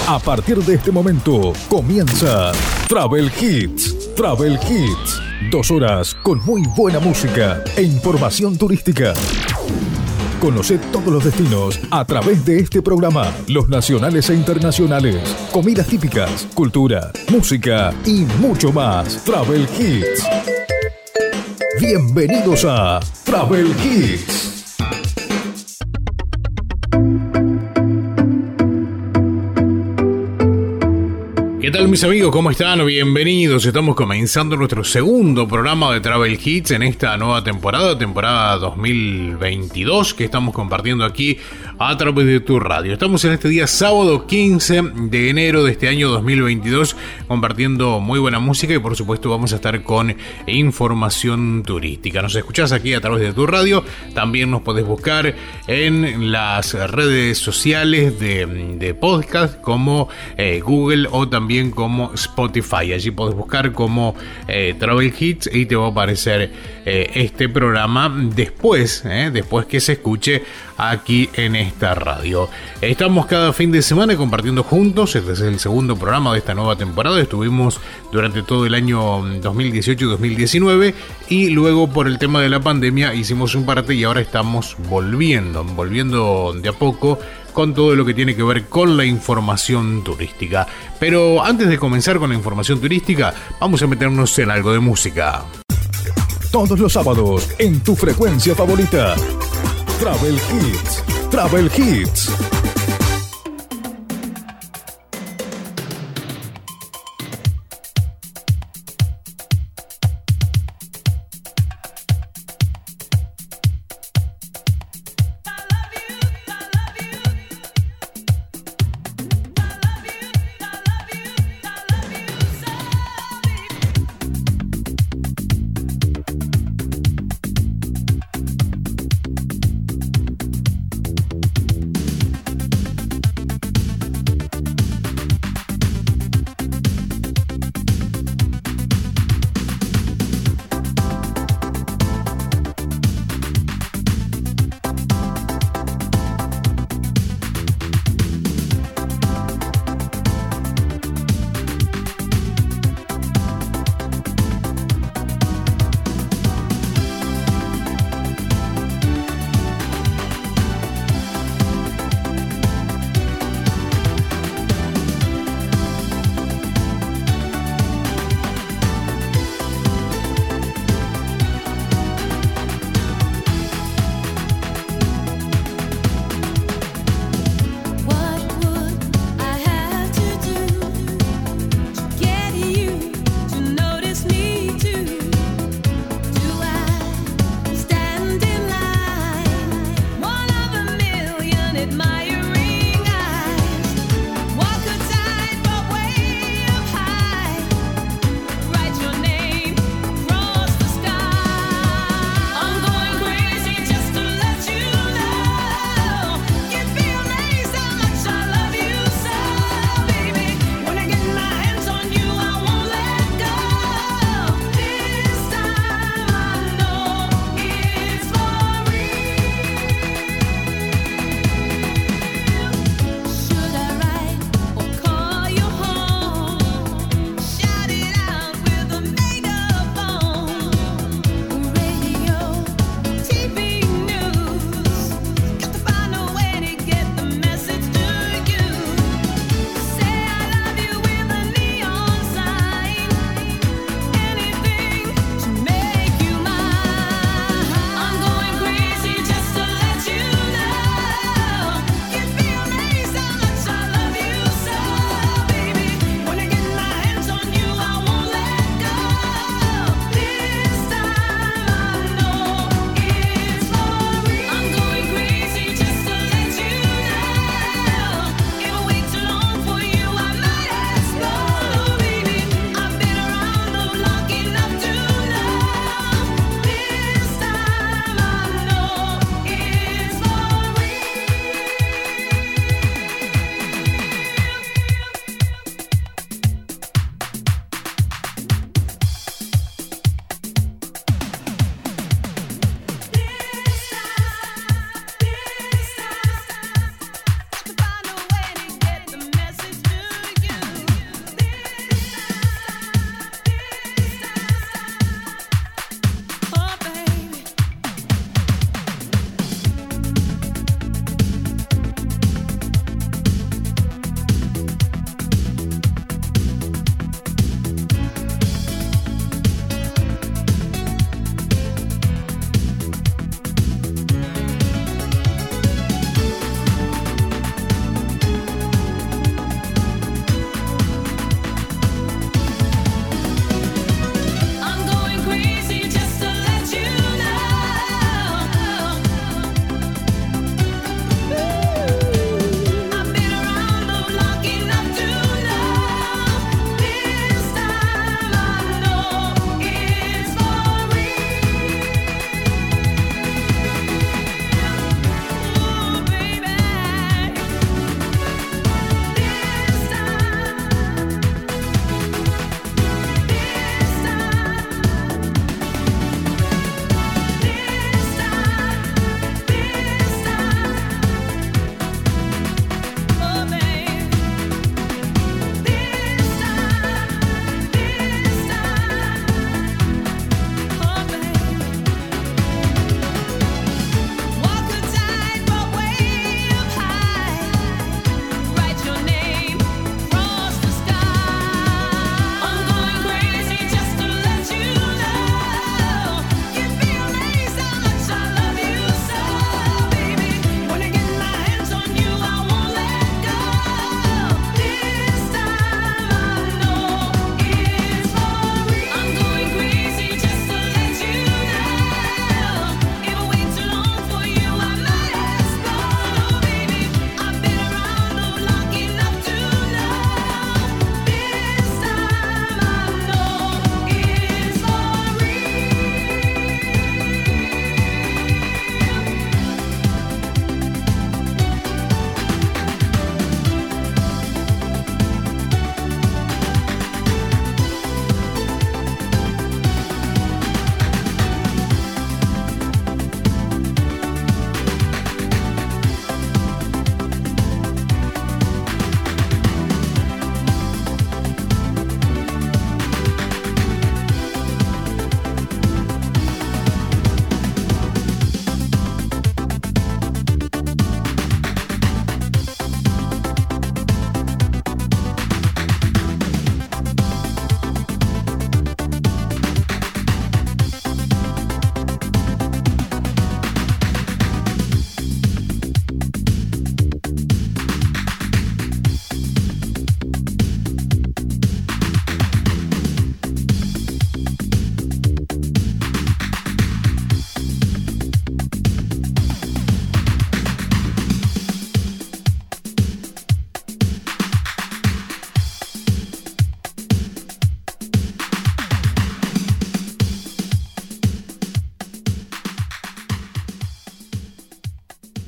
A partir de este momento comienza Travel Hits. Travel Hits. 2 horas con muy buena música e información turística. Conoce todos los destinos a través de este programa, los nacionales e internacionales, comidas típicas, cultura, música y mucho más. Travel Hits. Bienvenidos a Travel Hits. ¿Qué tal, mis amigos? ¿Cómo están? Bienvenidos. Estamos comenzando nuestro segundo programa de Travel Hits en esta nueva temporada 2022, que estamos compartiendo aquí a través de tu radio. Estamos en este día sábado 15 de enero de este año 2022 compartiendo muy buena música y por supuesto vamos a estar con información turística. Nos escuchás aquí a través de tu radio. También nos podés buscar en las redes sociales de podcast como Google o también como Spotify. Allí podés buscar como Travel Hits y te va a aparecer este programa después que se escuche aquí en esta radio. Estamos cada fin de semana compartiendo juntos. Este es el segundo programa de esta nueva temporada. Estuvimos durante todo el año 2018 y 2019 y luego por el tema de la pandemia hicimos un parate y ahora estamos volviendo de a poco con todo lo que tiene que ver con la información turística. Pero antes de comenzar con la información turística, vamos a meternos en algo de música. Todos los sábados en tu frecuencia favorita. Travel Hits. Travel Hits.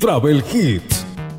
Travel Hits.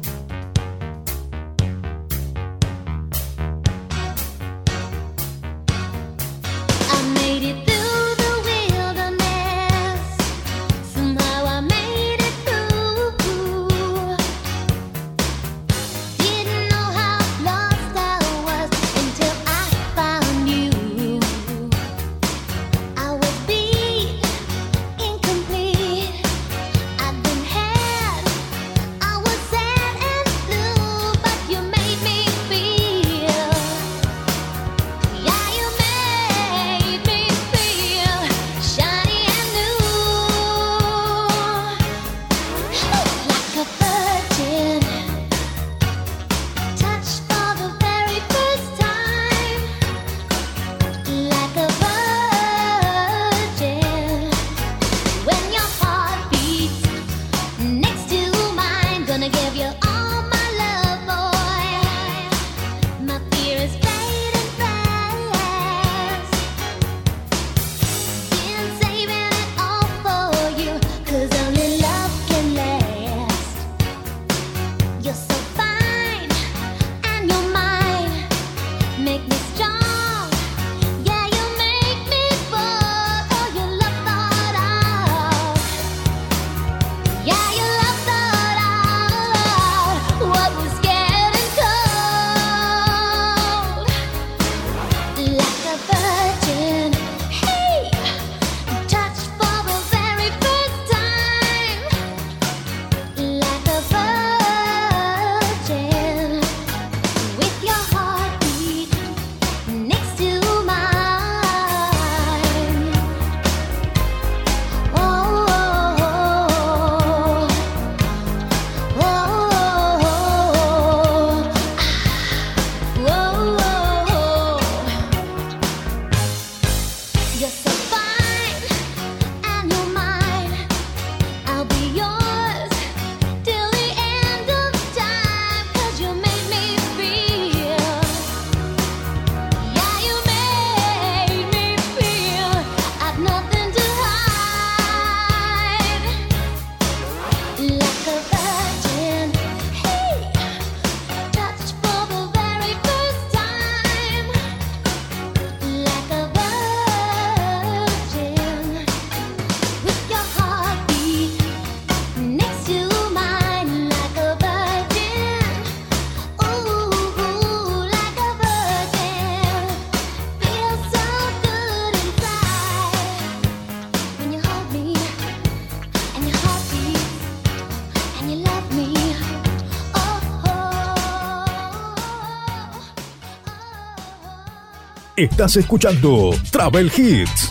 Estás escuchando Travel Hits.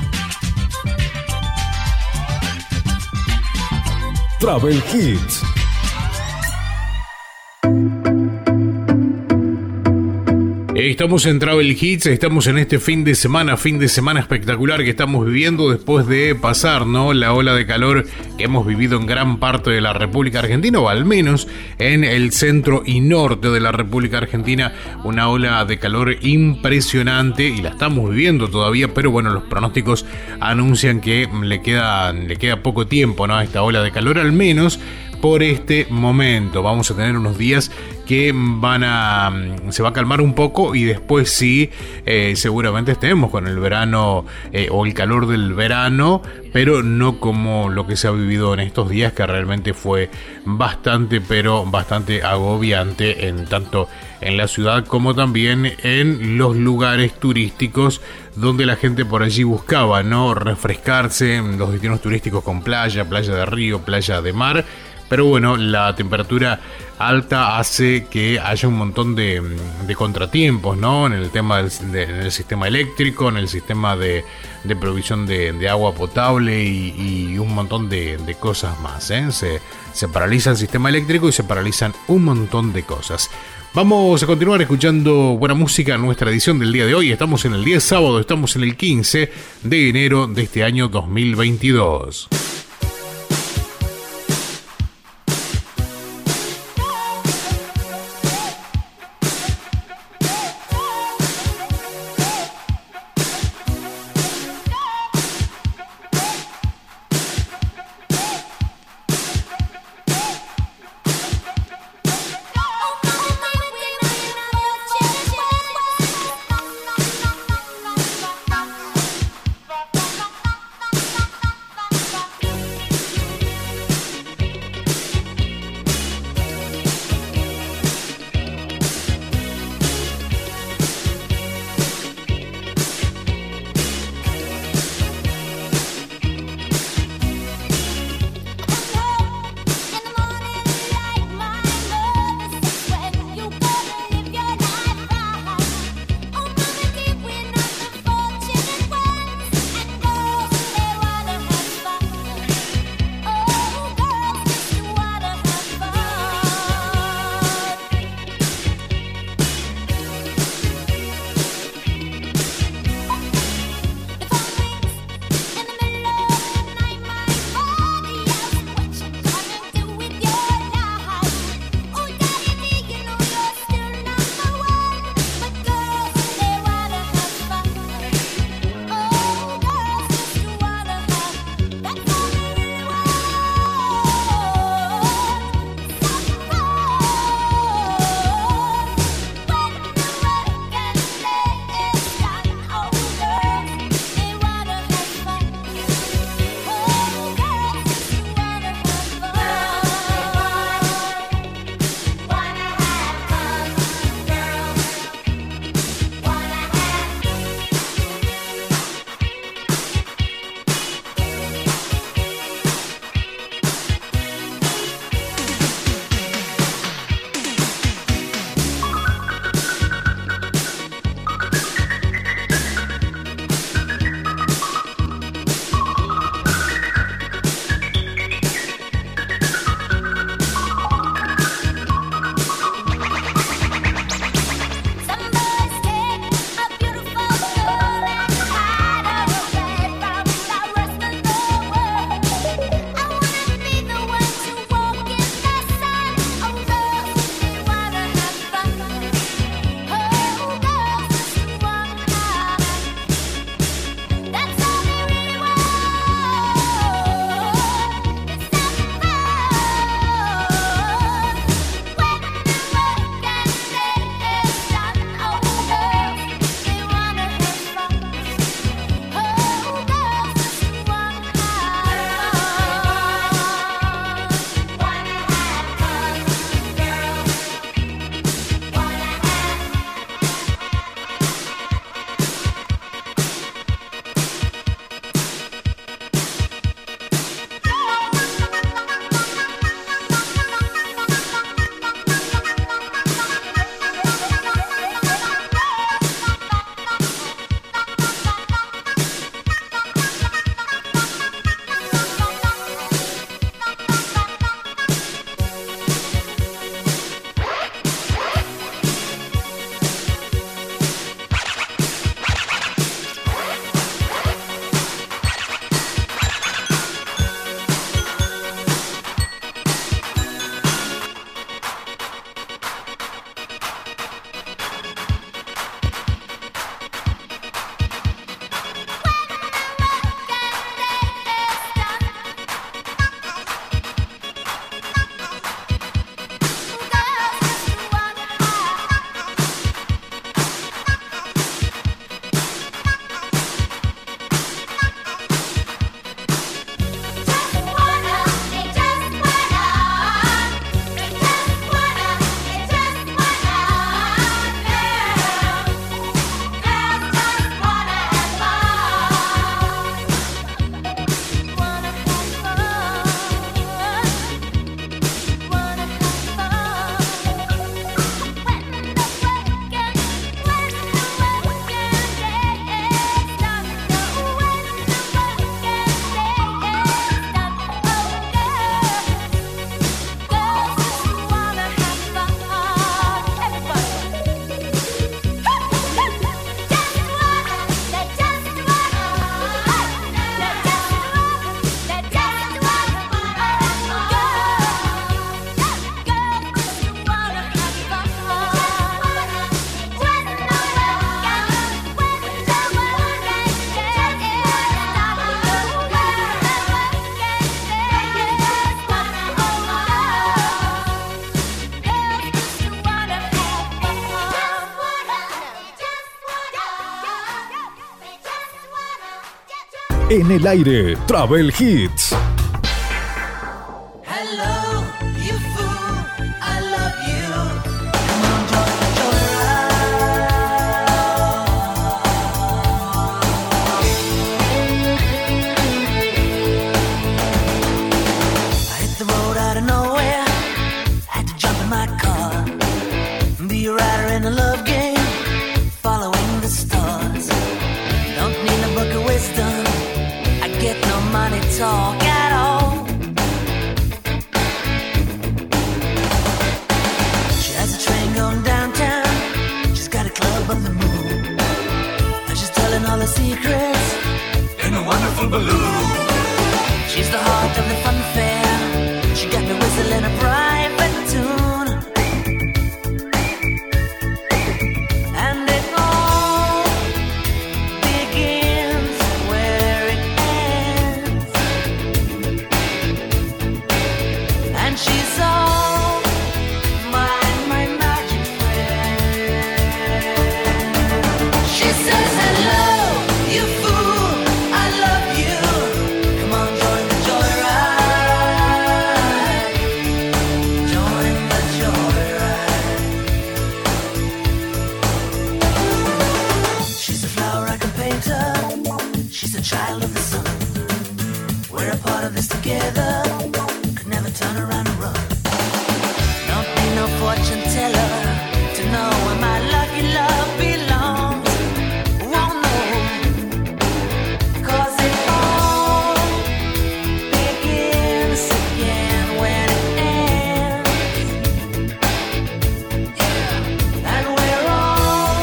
Travel Hits. Estamos en Travel Hits, estamos en este fin de semana espectacular que estamos viviendo después de pasar, ¿no?, la ola de calor que hemos vivido en gran parte de la República Argentina, o al menos en el centro y norte de la República Argentina, una ola de calor impresionante y la estamos viviendo todavía, pero bueno, los pronósticos anuncian que le queda poco tiempo, ¿no?, a esta ola de calor, al menos por este momento. Vamos a tener unos días que se va a calmar un poco y después sí, seguramente estemos con el verano o el calor del verano, pero no como lo que se ha vivido en estos días, que realmente fue bastante agobiante, tanto en la ciudad como también en los lugares turísticos donde la gente por allí buscaba, ¿no?, refrescarse, los destinos turísticos con playa de río, playa de mar. Pero bueno, la temperatura alta hace que haya un montón de contratiempos, ¿no?, en el tema en el sistema eléctrico, en el sistema de provisión de agua potable y un montón de cosas más, ¿eh? Se paraliza el sistema eléctrico y se paralizan un montón de cosas. Vamos a continuar escuchando buena música en nuestra edición del día de hoy. Estamos en el día sábado, estamos en el 15 de enero de este año 2022. En el aire, Travel Hits. Talk at all. She has a train going downtown. She's got a club on the moon, and she's telling all her secrets in a wonderful balloon. She's the heart of the fun fair. She got me whistling a private tune, and it all begins where it ends. And she's all my magic friend. She says, hello, you fool, I love you. Come on, join the joyride. Join the joyride. She's a flower I can paint her. She's a child of the sun. We're a part of this together. Never turn around and run. Don't need no fortune teller to know where my lucky love belongs. Won't know, 'cause it all begins again when it ends. Yeah. And we're all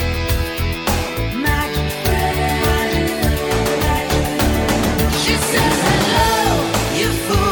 magic friends. She says, hello, you fool.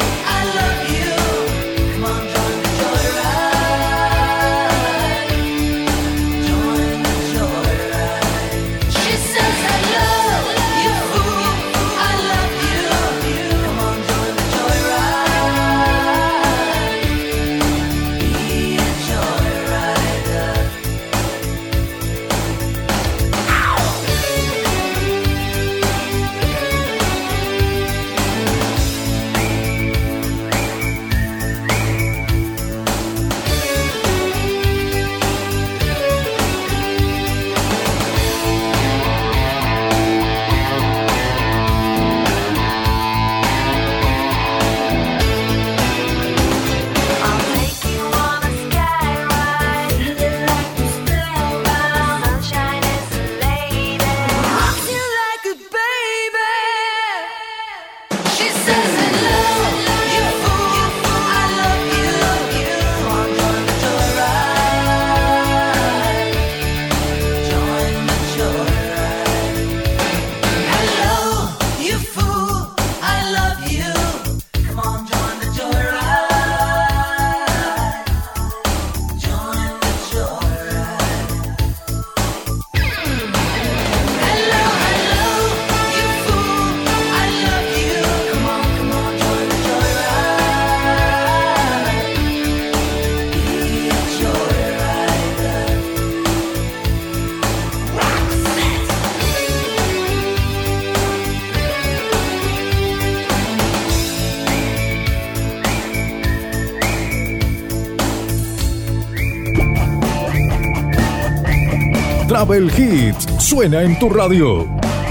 Travel Hits suena en tu radio.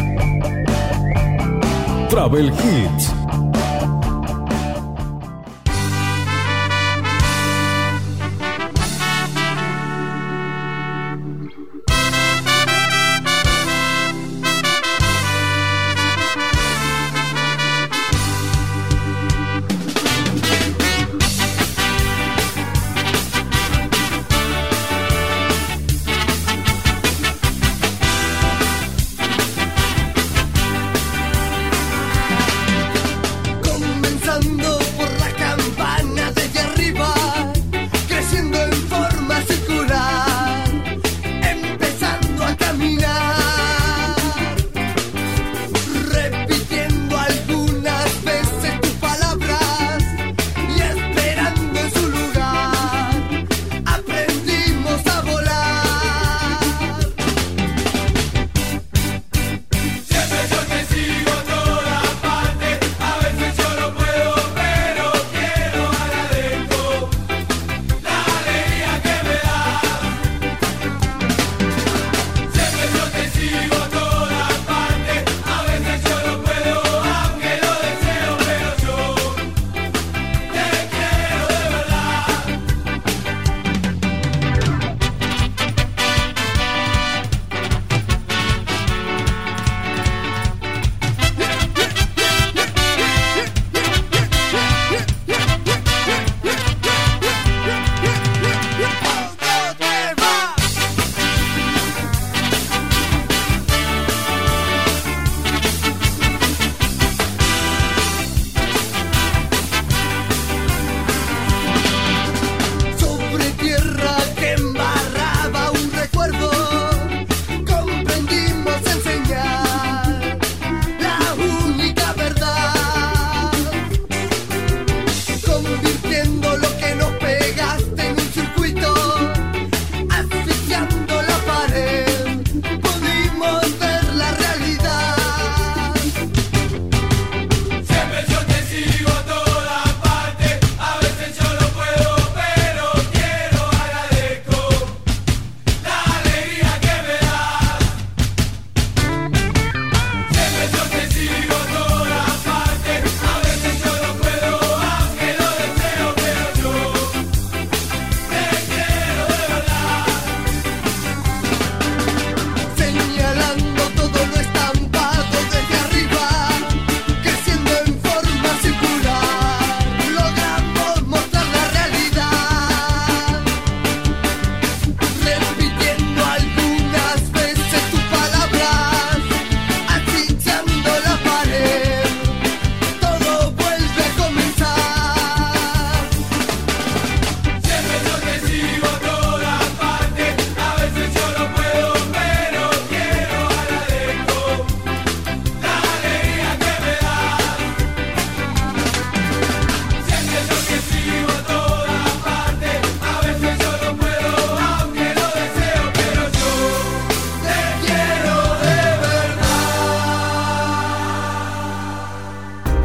Travel Hits.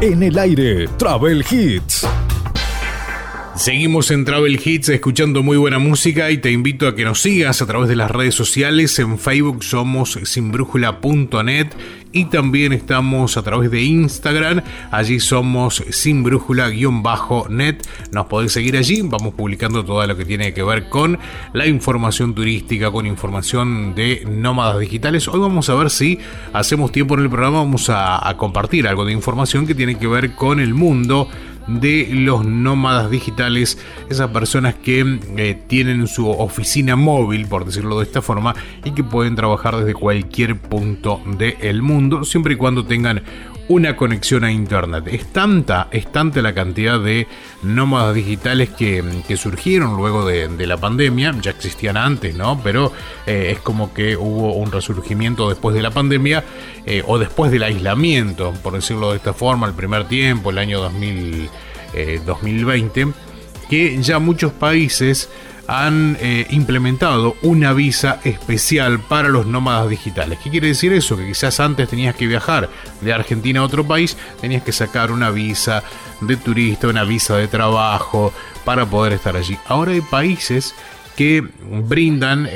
En el aire, Travel Hits. Seguimos en Travel Hits escuchando muy buena música y te invito a que nos sigas a través de las redes sociales. En Facebook somos sinbrújula.net y también estamos a través de Instagram. Allí somos sinbrújula_net. Nos podés seguir allí. Vamos publicando todo lo que tiene que ver con la información turística, con información de nómadas digitales. Hoy vamos a ver si hacemos tiempo en el programa. Vamos a compartir algo de información que tiene que ver con el mundo de los nómadas digitales, esas personas que tienen su oficina móvil, por decirlo de esta forma, y que pueden trabajar desde cualquier punto del mundo, siempre y cuando tengan una conexión a internet. Es tanta la cantidad de nómadas digitales que surgieron luego de la pandemia. Ya existían antes, ¿no? Pero es como que hubo un resurgimiento después de la pandemia, o después del aislamiento, por decirlo de esta forma, el primer tiempo, el año 2020, que ya muchos países han implementado una visa especial para los nómadas digitales. ¿Qué quiere decir eso? Que quizás antes tenías que viajar de Argentina a otro país, tenías que sacar una visa de turista, una visa de trabajo para poder estar allí. Ahora hay países que brindan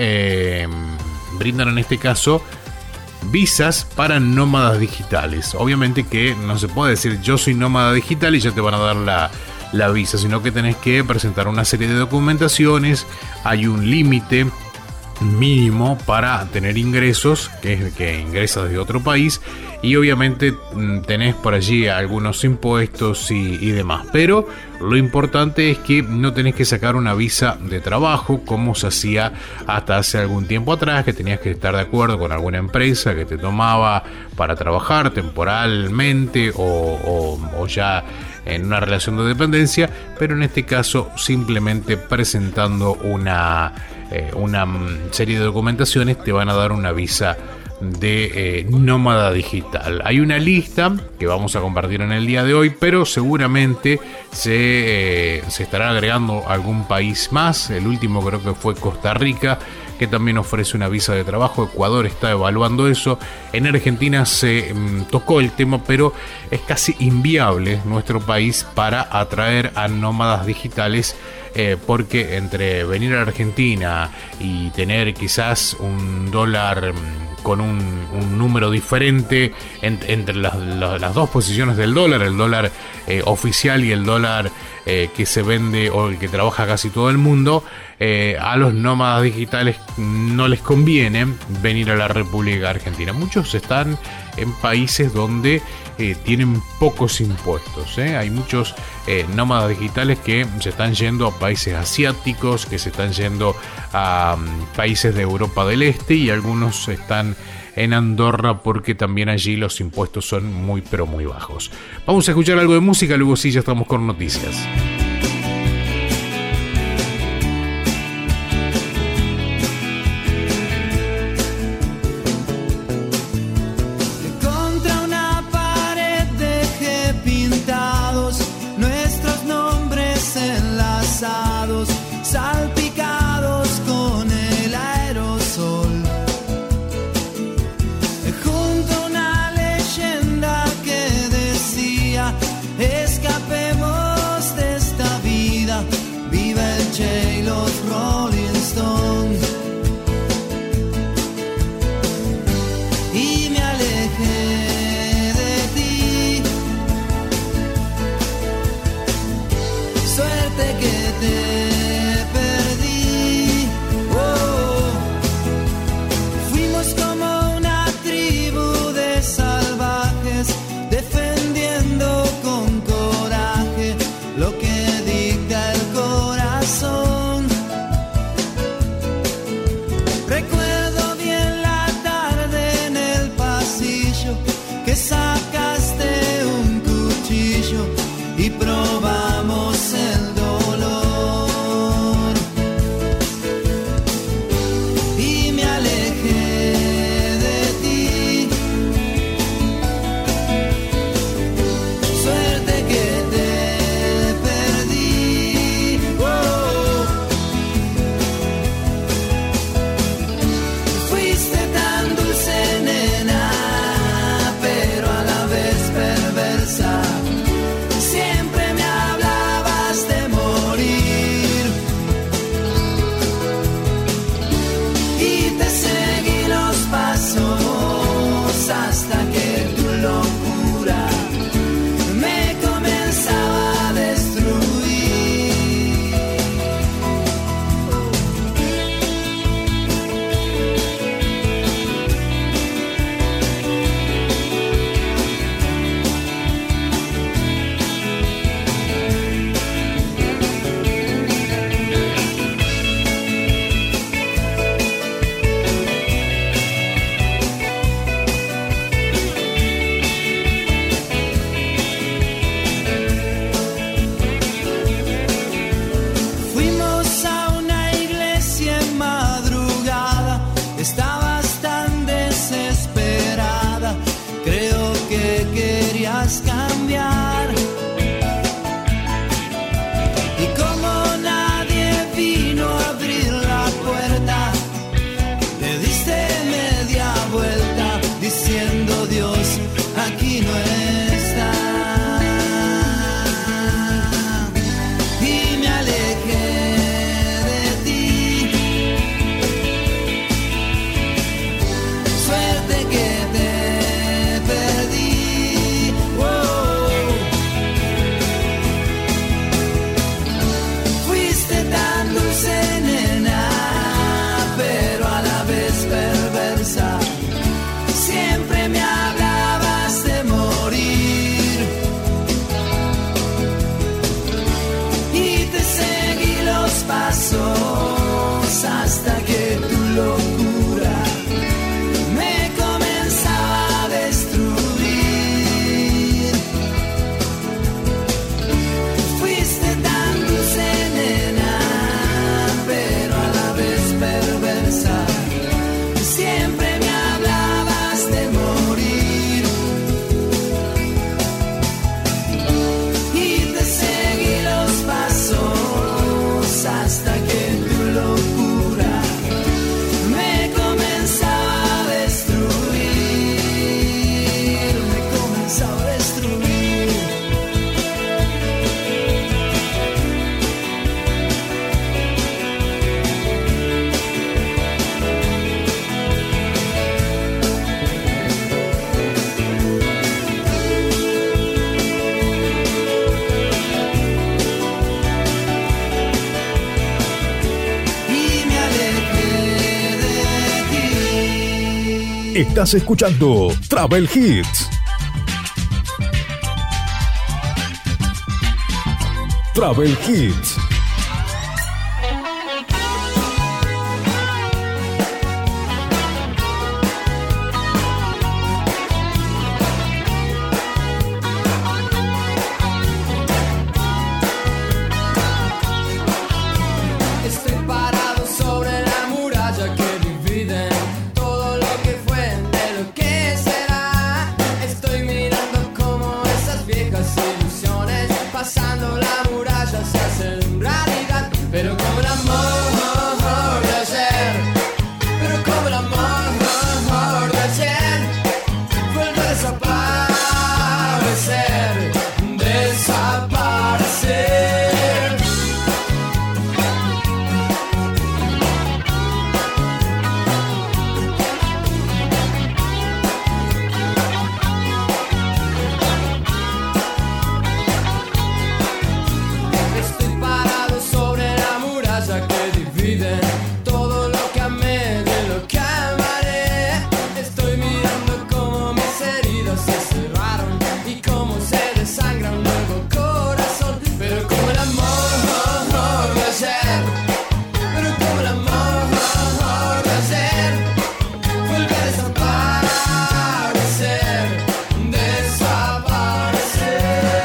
en este caso visas para nómadas digitales. Obviamente que no se puede decir yo soy nómada digital y ya te van a dar la visa, sino que tenés que presentar una serie de documentaciones. Hay un límite mínimo para tener ingresos, que es que ingresas de otro país, y obviamente tenés por allí algunos impuestos y demás, pero lo importante es que no tenés que sacar una visa de trabajo como se hacía hasta hace algún tiempo atrás, que tenías que estar de acuerdo con alguna empresa que te tomaba para trabajar temporalmente o ya en una relación de dependencia, pero en este caso simplemente presentando una serie de documentaciones te van a dar una visa de nómada digital. Hay una lista que vamos a compartir en el día de hoy, pero seguramente se estará agregando algún país más. El último creo que fue Costa Rica, que también ofrece una visa de trabajo. Ecuador está evaluando eso. En Argentina se tocó el tema, pero es casi inviable nuestro país para atraer a nómadas digitales, porque entre venir a Argentina y tener quizás un dólar con un número diferente entre las dos posiciones del dólar, el dólar oficial y el dólar que se vende o el que trabaja casi todo el mundo, a los nómadas digitales no les conviene venir a la República Argentina. Muchos están en países donde tienen pocos impuestos. Hay muchos nómadas digitales que se están yendo a países asiáticos, que se están yendo a países de Europa del Este, y algunos están en Andorra porque también allí los impuestos son muy pero muy bajos. Vamos a escuchar algo de música, luego sí ya estamos con noticias. Salpicados con el aerosol, junto a una leyenda que decía: escapemos de esta estabas tan desesperada, creo que querías cambiar. Y como nadie vino a abrir la puerta, le diste media vuelta diciendo Dios aquí no está. Y me alejé de ti, suerte que te perdí. Oh. Fuiste tan dulce, nena, pero a la vez perversa. Siempre me hablabas de morir y te seguí los pasos hasta que tu locura me comenzaba a destruir. Fuiste tan dulce, nena, pero a la vez perversa. Siempre me hablabas de morir y te seguí los pasos hasta que tu locura me comenzaba a destruir, me comenzaba a destruir. Y me alejé de ti. Estás escuchando Travel Hits. Travel Hits. Estoy parado sobre la muralla que divide todo lo que fue de lo que será. Estoy mirando como esas viejas ilusiones pasando la muralla se hacen realidad. Pero como el amor de ayer, pero como el amor de ayer, vuelve a desaparecer, desaparecer. Estoy parado sobre la muralla que divide todo lo que amé de lo que amaré. Estoy mirando cómo mis heridas se cerraron y cómo se desangra un nuevo corazón. Pero como el amor de ayer, pero como el amor de ayer, vuelve a desaparecer, desaparecer.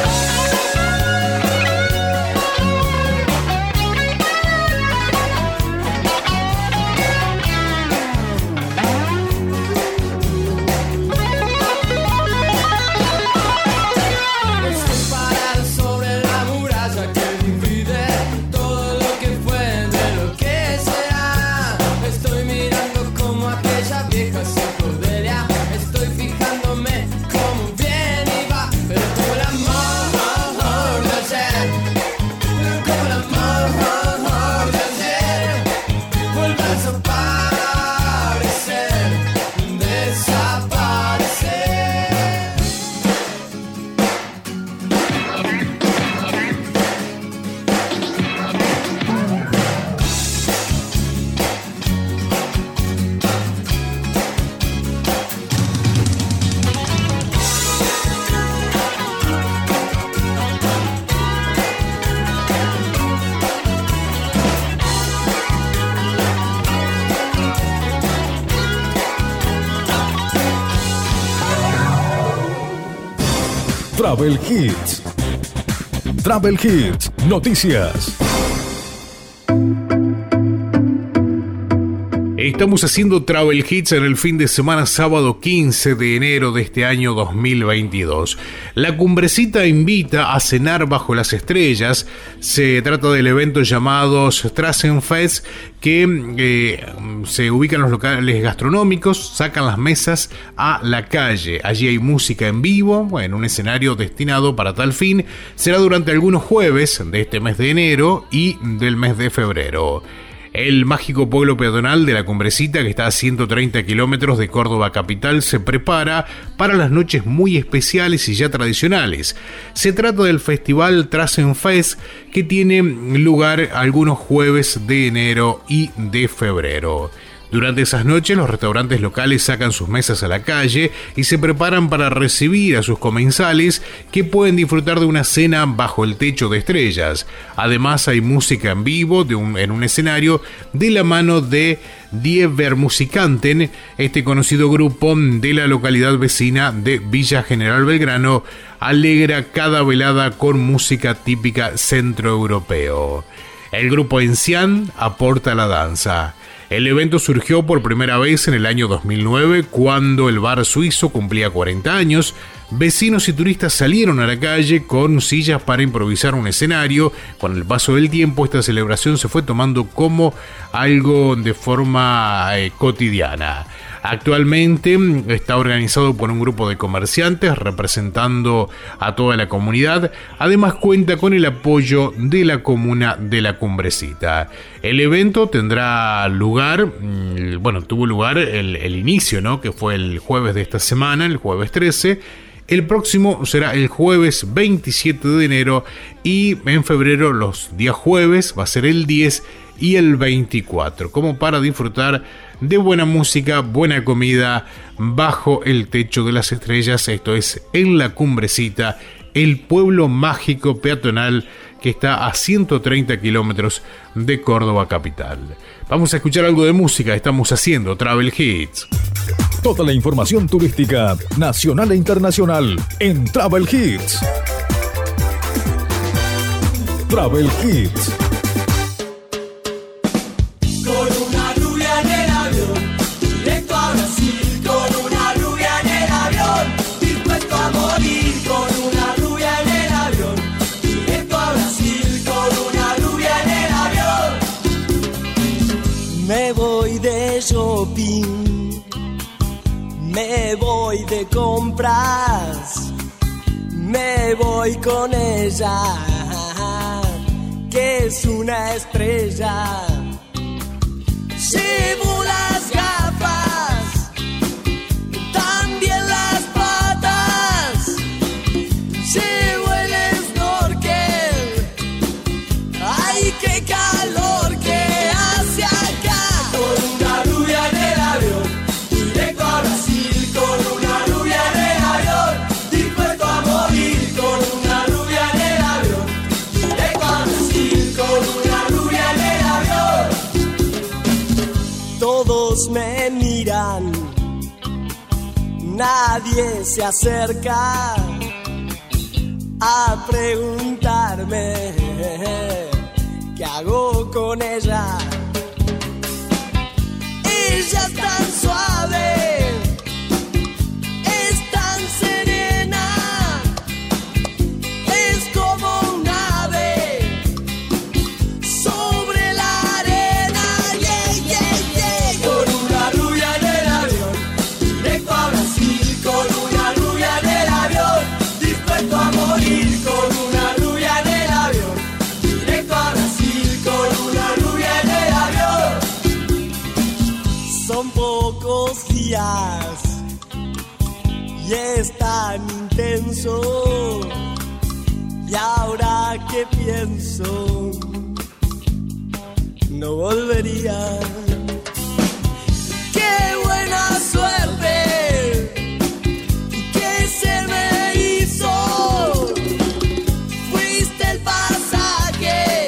Estoy parado sobre la muralla que divide todo lo que fue de lo que será. Estoy mirando como aquella vieja psicodelia. Estoy fijándome cómo viene y va. Pero como el amor de ayer, pero como el amor de ayer, vuelve a desaparecer, desaparecer. Travel Hits. Travel Hits, noticias. Estamos haciendo Travel Hits en el fin de semana sábado 15 de enero de este año 2022. La Cumbrecita invita a cenar bajo las estrellas. Se trata del evento llamado Strassenfest, que se ubican en los locales gastronómicos, sacan las mesas a la calle. Allí hay música en vivo, en un escenario destinado para tal fin. Será durante algunos jueves de este mes de enero y del mes de febrero. El mágico pueblo peatonal de la Cumbrecita, que está a 130 kilómetros de Córdoba capital, se prepara para las noches muy especiales y ya tradicionales. Se trata del festival Strassenfest, que tiene lugar algunos jueves de enero y de febrero. Durante esas noches los restaurantes locales sacan sus mesas a la calle y se preparan para recibir a sus comensales, que pueden disfrutar de una cena bajo el techo de estrellas. Además hay música en vivo en un escenario de la mano de Die Vermusikanten, este conocido grupo de la localidad vecina de Villa General Belgrano. Alegra cada velada con música típica centroeuropeo. El grupo Encian aporta la danza. El evento surgió por primera vez en el año 2009, cuando el bar suizo cumplía 40 años. Vecinos y turistas salieron a la calle con sillas para improvisar un escenario. Con el paso del tiempo, esta celebración se fue tomando como algo de forma cotidiana. Actualmente está organizado por un grupo de comerciantes representando a toda la comunidad. Además cuenta con el apoyo de la comuna de la Cumbrecita. El evento tendrá lugar, tuvo lugar el inicio, ¿no? Que fue el jueves de esta semana, el jueves 13. El próximo será el jueves 27 de enero y en febrero los días jueves va a ser el 10 y el 24, como para disfrutar de buena música, buena comida bajo el techo de las estrellas. Esto es en la Cumbrecita, el pueblo mágico peatonal que está a 130 kilómetros de Córdoba capital. Vamos a escuchar algo de música. Estamos haciendo Travel Hits. Toda la información turística nacional e internacional en Travel Hits. Travel Hits. Con una rubia en el avión, directo a Brasil. Con una rubia en el avión, dispuesto a morir. Con una rubia en el avión, directo a Brasil. Con una rubia en el avión. Me voy de shopping, me voy de compras, me voy con ella, que es una estrella. Llevo las gafas, también las patas, llevo el snorkel. ¡Ay, qué calor que hace acá! Con una rubia en el avión, directo a Brasil. Con una rubia en el avión, dispuesto a morir. Con una rubia en el avión, directo a Brasil. Con una rubia en el avión. Todos me miran, nadie se acerca a preguntarme qué hago con ella. Ella es tan suave, es tan serena, es como un ave sobre la arena. Yeah, yeah, yeah. Con una rubia en el avión, directo a Brasil. Con una rubia en el avión, dispuesto a morir. Con una rubia en el avión, directo a Brasil. Con una rubia en el avión. Son pocos días y es tan intenso. Y ahora que pienso, no volvería. ¡Qué buena suerte que se me hizo! Fuiste el pasaje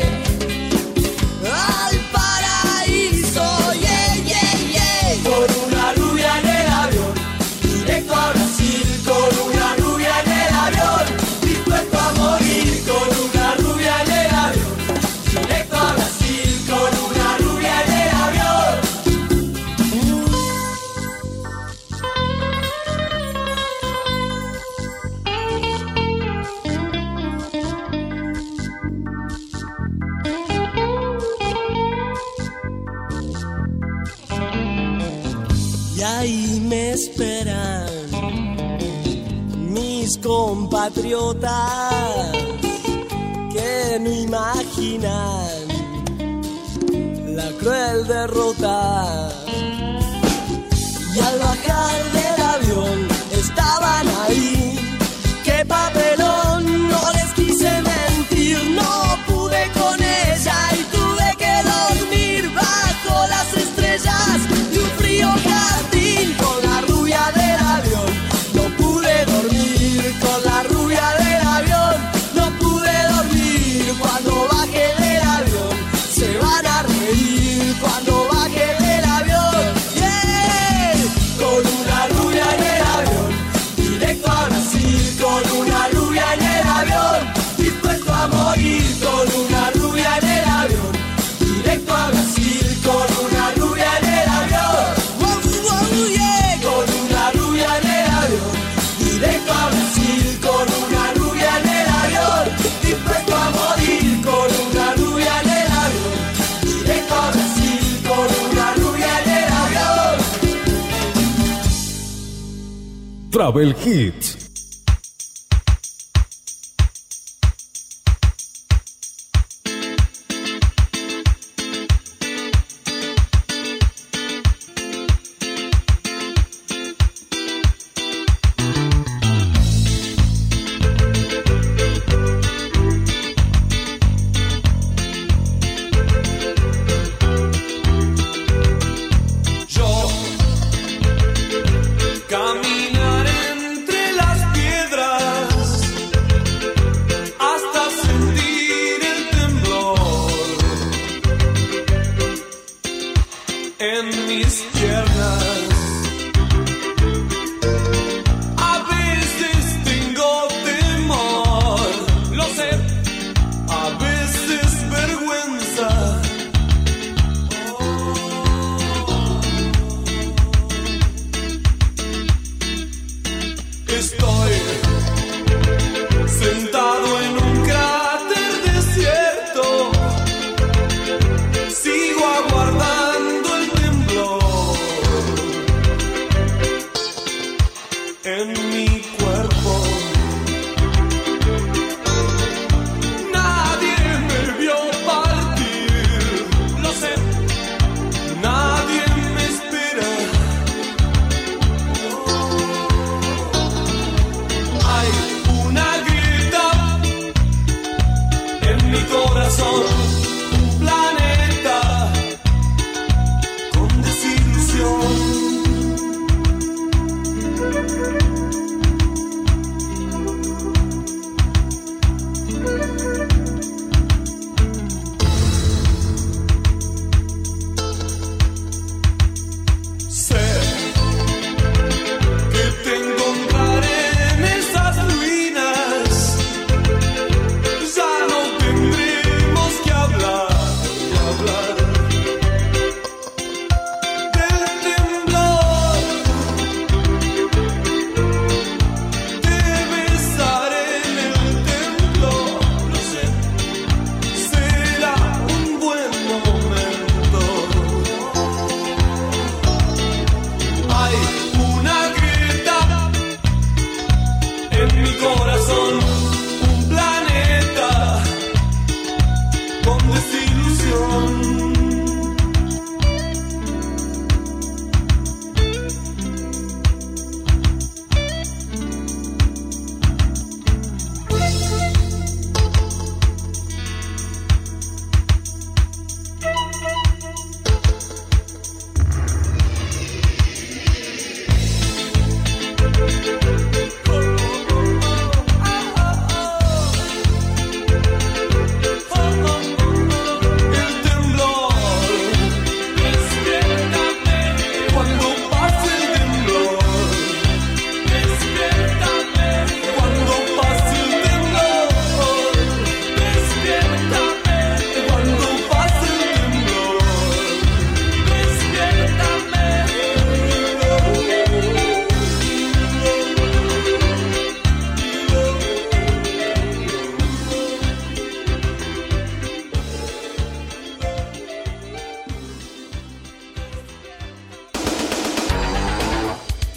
al paraíso. Yeah, yeah, yeah. Con una rubia en el avión, directo a Brasil. Con una rubia en el avión, dispuesto a morir. Con una rubia en el avión, directo a Brasil. Con una rubia en el avión. ahí me esperan mis compatriotas que no imaginan la cruel derrota. Y al bajar del avión estaban ahí, qué papelón, no les quise mentir, no pude con ella y tuve que dormir bajo las estrellas de un frío jardín con la rubia del avión. No pude dormir con la rubia del avión, no pude dormir cuando bajé del avión. Se van a reír cuando baje del avión. Yeah. Con una rubia en el avión, directo a Brasil. Con una rubia en el avión, dispuesto a morir. Con una rubia en el avión, directo a Brasil. Con una rubia en el avión. Wow, wow, yeah. Con una rubia en el avión, directo a Brasil. Con una rubia en el avión, dispuesto a morir. Con una rubia en el avión, directo a Brasil. Con una rubia en el avión. Travel Hits. Yo caminar entre las piedras hasta sentir el temblor en mis piernas. A veces tengo temor, lo sé, a veces vergüenza. Estoy sentado en un cráter desierto, sigo aguardando el temblor en mi cuerpo. Nadie me vio partir, lo sé, nadie me espera.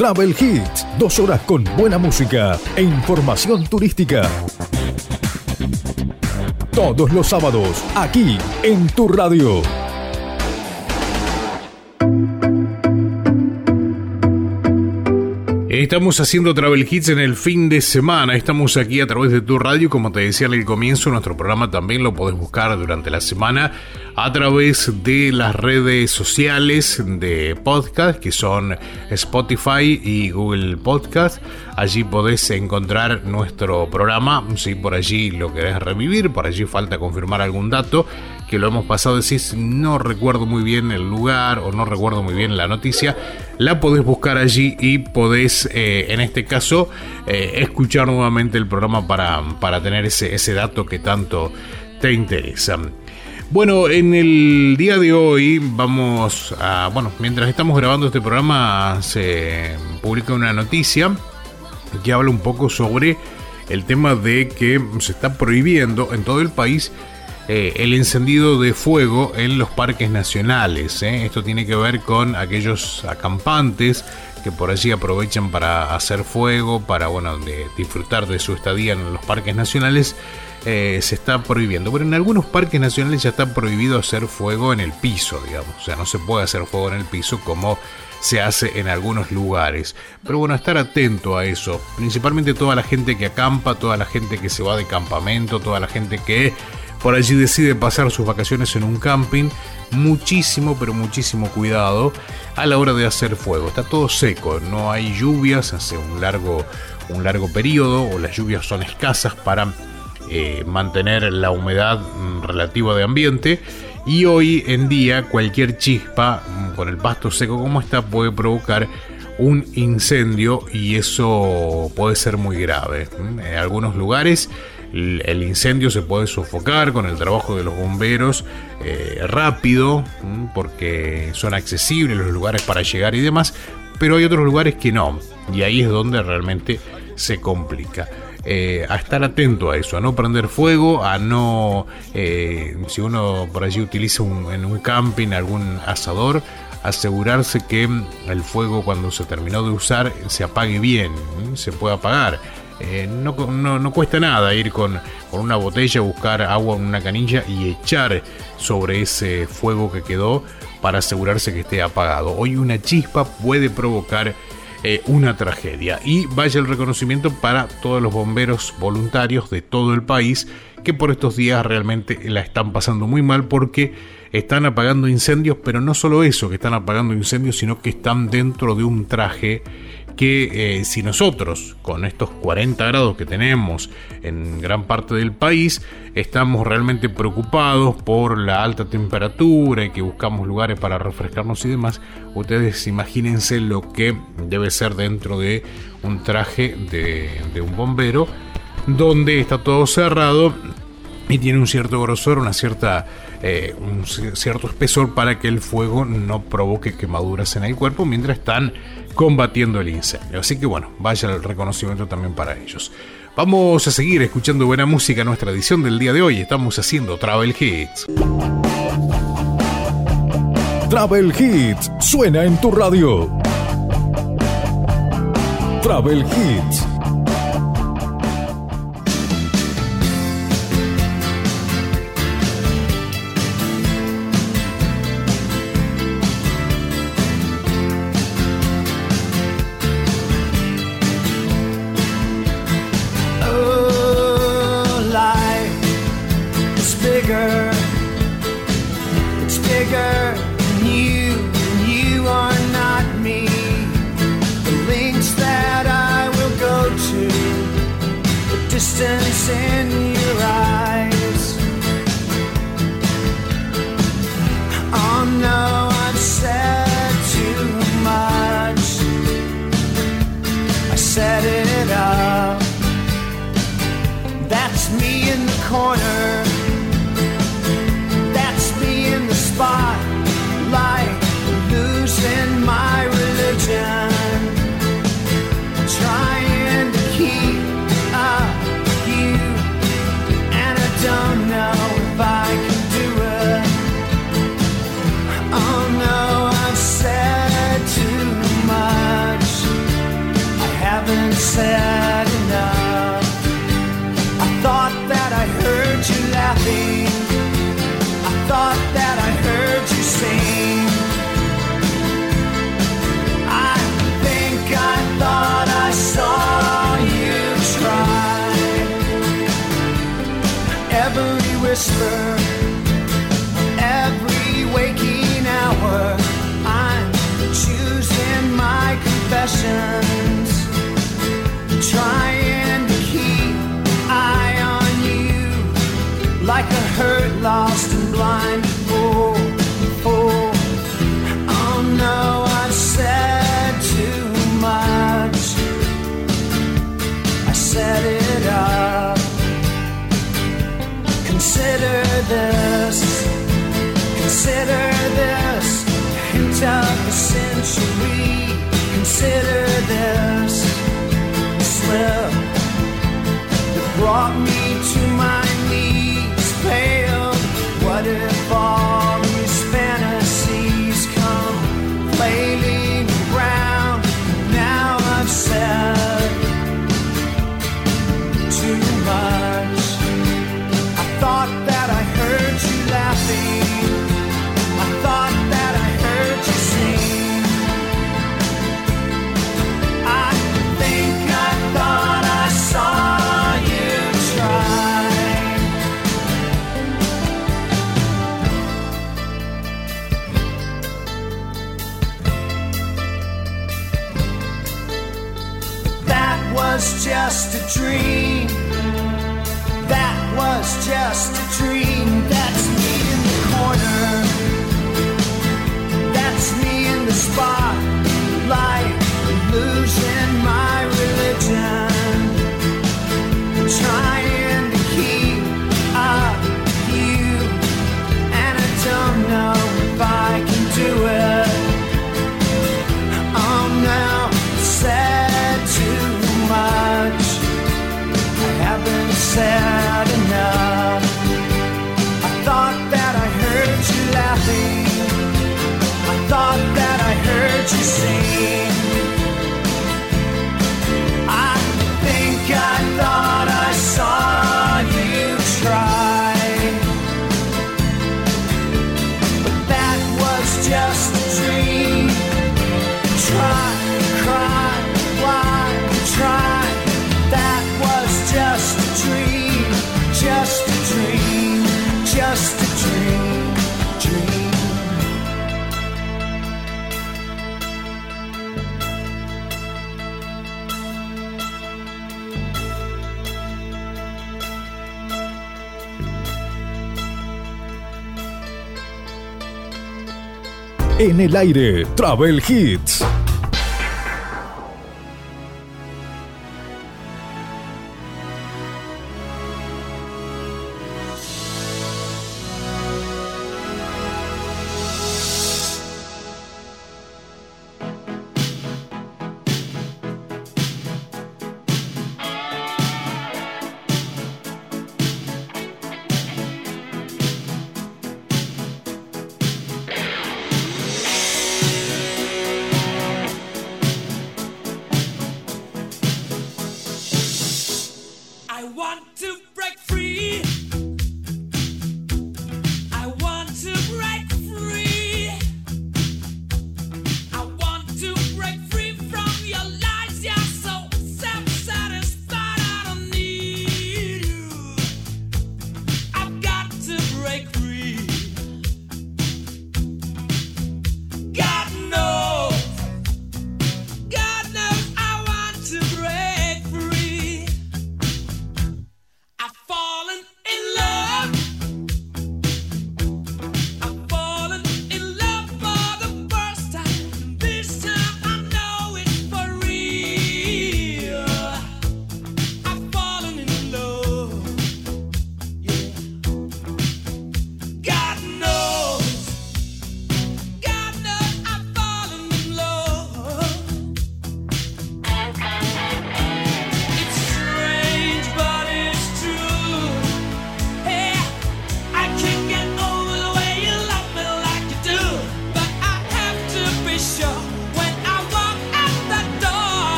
Travel Hits, 2 horas con buena música e información turística. Todos los sábados, aquí en tu radio. Estamos haciendo Travel Hits en el fin de semana. Estamos aquí a través de tu radio. Como te decía en el comienzo, nuestro programa también lo podés buscar durante la semana a través de las redes sociales de podcast, que son Spotify y Google Podcast. Allí podés encontrar nuestro programa. Si por allí lo querés revivir, por allí falta confirmar algún dato que lo hemos pasado, decís no recuerdo muy bien el lugar o no recuerdo muy bien la noticia, la podés buscar allí y podés en este caso escuchar nuevamente el programa para tener ese dato que tanto te interesa. Bueno, en el día de hoy vamos a... Bueno, mientras estamos grabando este programa se publica una noticia que habla un poco sobre el tema de que se está prohibiendo en todo el país el encendido de fuego en los parques nacionales. Esto tiene que ver con aquellos acampantes que por allí aprovechan para hacer fuego, para disfrutar de su estadía en los parques nacionales. Se está prohibiendo, pero en algunos parques nacionales ya está prohibido hacer fuego en el piso, digamos. O sea, no se puede hacer fuego en el piso como se hace en algunos lugares. Pero bueno, estar atento a eso. Principalmente toda la gente que acampa, toda la gente que se va de campamento, toda la gente que por allí decide pasar sus vacaciones en un camping. Muchísimo, pero muchísimo cuidado a la hora de hacer fuego. Está todo seco, no hay lluvias hace un largo periodo, o las lluvias son escasas para mantener la humedad relativa de ambiente. Y hoy en día cualquier chispa con el pasto seco como está puede provocar un incendio, y eso puede ser muy grave. En algunos lugares el incendio se puede sofocar con el trabajo de los bomberos rápido, porque son accesibles los lugares para llegar y demás, pero hay otros lugares que no, y ahí es donde realmente se complica. A estar atento a eso, a no prender fuego, a no, si uno por allí utiliza en un camping algún asador, asegurarse que el fuego, cuando se terminó de usar, se apague bien, se puede apagar. No cuesta nada ir con una botella, buscar agua en una canilla y echar sobre ese fuego que quedó para asegurarse que esté apagado. Hoy una chispa puede provocar una tragedia, y vaya el reconocimiento para todos los bomberos voluntarios de todo el país que por estos días realmente la están pasando muy mal, porque están apagando incendios, pero no solo eso, que están apagando incendios, sino que están dentro de un traje que si nosotros con estos 40 grados que tenemos en gran parte del país estamos realmente preocupados por la alta temperatura y que buscamos lugares para refrescarnos y demás, ustedes imagínense lo que debe ser dentro de un traje de un bombero, donde está todo cerrado y tiene un cierto grosor, un cierto espesor, para que el fuego no provoque quemaduras en el cuerpo mientras están combatiendo el incendio. Así que bueno, vaya el reconocimiento también para ellos. Vamos a seguir escuchando buena música en nuestra edición del día de hoy. Estamos haciendo Travel Hits. Travel Hits suena en tu radio. Travel Hits. Distance in your eyes. Oh no, I've said too much. I set it up. That's me in the corner. That's me in the spotlight, losing my religion, trying to keep up you whisper every waking hour. I'm choosing my confessions, trying to keep eye on you like a hurt, lost and blind fool. Oh no, I've said too much. I set it up. Consider this hint of the century. Consider this slip that brought me to my knees, pale. What if all these fantasies come flailing around? Now I've said too much. I thought that I heard you laughing. I thought that I heard you sing. I think I thought I saw you try. That was just a dream. That was just a dream. That's me in the corner. That's me in the spotlight, losing my religion, trying to keep up with you, and I don't know if I can do it. Oh no, I said too much. I haven't said enough. I thought that I heard you laughing. I thought that I heard you sing. I think I thought I saw you try. But that was just a dream. Try, cry, why try? That was just a dream, just a dream, just a dream, dream. En el aire, Travel Hits.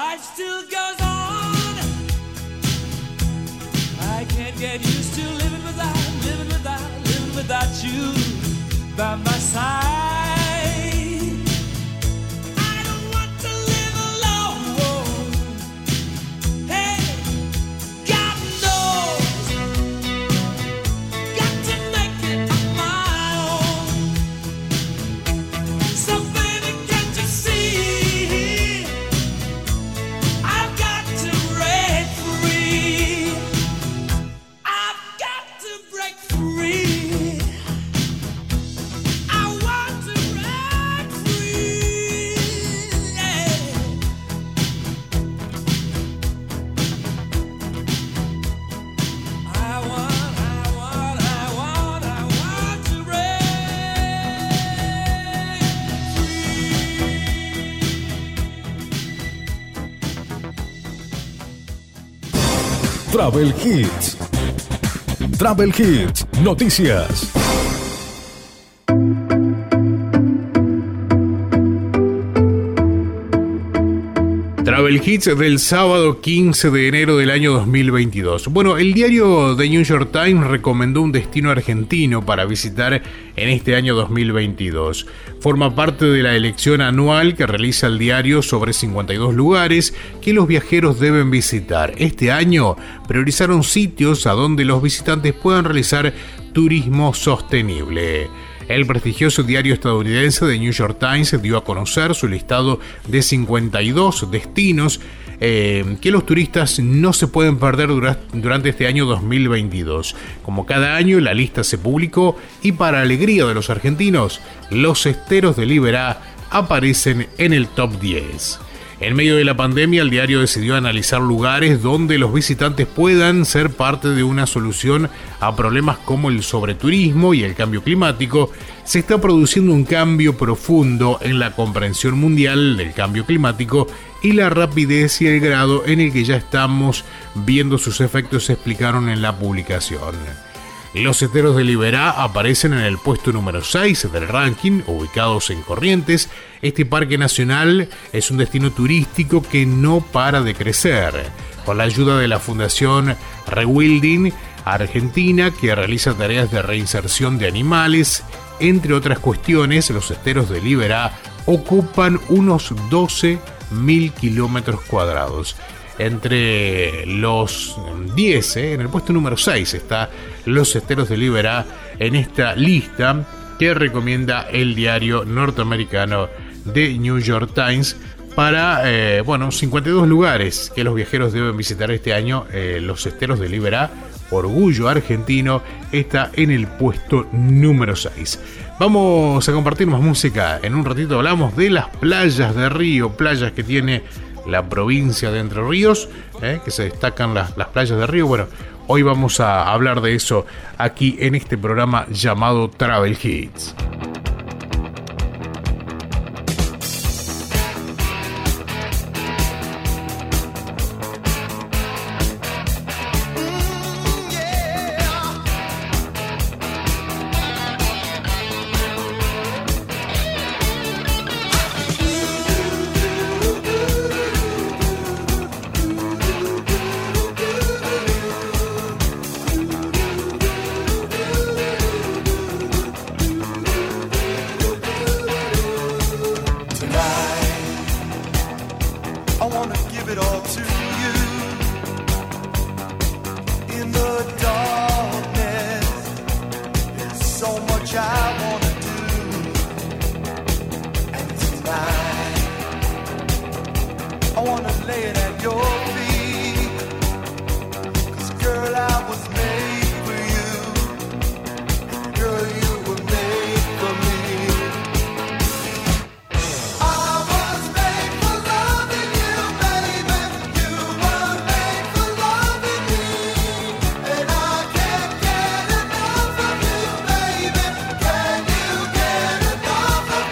life still goes on. I can't get used to living without you by my side. I don't want to live alone. Hey, God knows, got to make it on my own. So baby, can't you see? I've got to break free. I've got to break free. Travel Hits. Travel Hits, noticias. Travel Hits del sábado 15 de enero del año 2022. Bueno, el diario The New York Times recomendó un destino argentino para visitar en este año 2022. Forma parte de la elección anual que realiza el diario sobre 52 lugares que los viajeros deben visitar. Este año priorizaron sitios a donde los visitantes puedan realizar turismo sostenible. El prestigioso diario estadounidense The New York Times dio a conocer su listado de 52 destinos que los turistas no se pueden perder durante este año 2022. Como cada año, la lista se publicó y para alegría de los argentinos, los esteros de Liberá aparecen en el top 10. En medio de la pandemia, el diario decidió analizar lugares donde los visitantes puedan ser parte de una solución a problemas como el sobreturismo y el cambio climático. Se está produciendo un cambio profundo en la comprensión mundial del cambio climático y la rapidez y el grado en el que ya estamos viendo sus efectos, se explicaron en la publicación. Los esteros de Liberá aparecen en el puesto número 6 del ranking, ubicados en Corrientes. Este parque nacional es un destino turístico que no para de crecer. Con la ayuda de la Fundación Rewilding Argentina, que realiza tareas de reinserción de animales, entre otras cuestiones, los esteros de Liberá ocupan unos 12.000 kilómetros cuadrados. Entre los 10, en el puesto número 6 está los esteros de Liberá en esta lista que recomienda el diario norteamericano The New York Times para 52 lugares que los viajeros deben visitar este año. Los esteros de Liberá, orgullo argentino, está en el puesto número 6. Vamos a compartir más música. En un ratito hablamos de las playas de Río, playas que tiene la provincia de Entre Ríos, que se destacan las playas de Río. Bueno, hoy vamos a hablar de eso aquí en este programa llamado Travel Hits.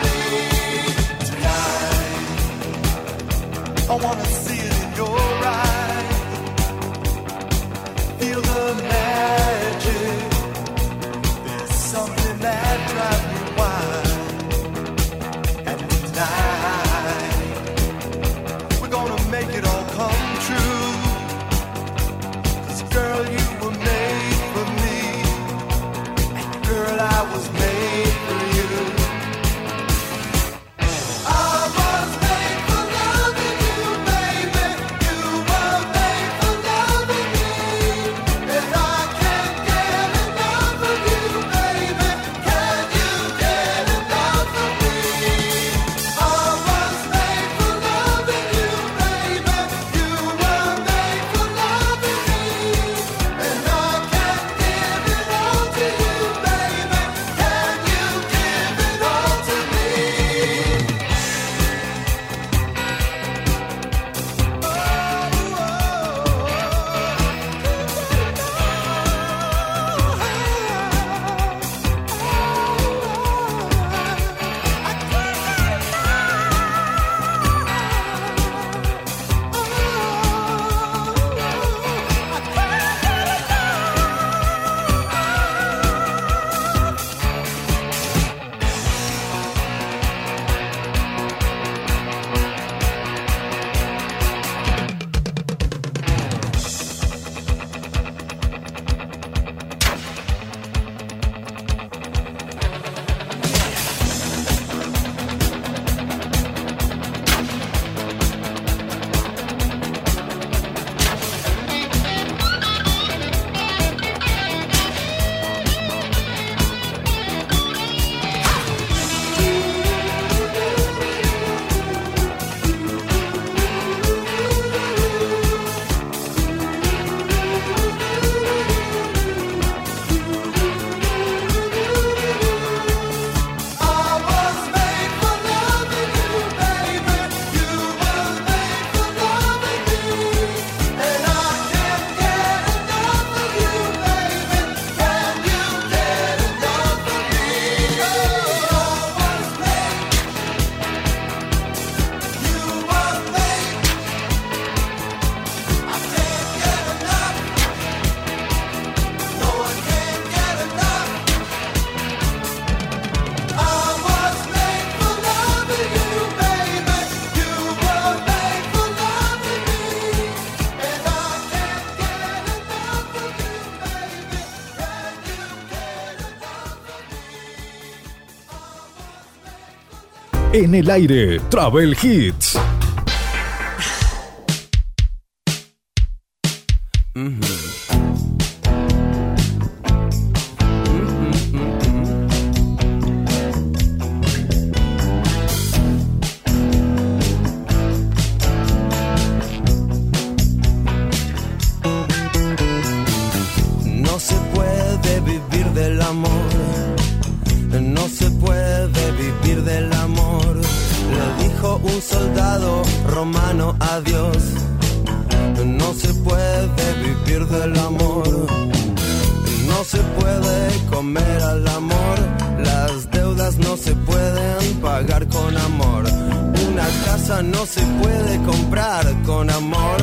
I wanna see it in your eyes. En el aire, Travel Hits. No se puede vivir del amor, no se puede vivir del amor, le dijo un soldado romano a Dios. No se puede vivir del amor, no se puede comer al amor, las deudas no se pueden pagar con amor, una casa no se puede comprar con amor,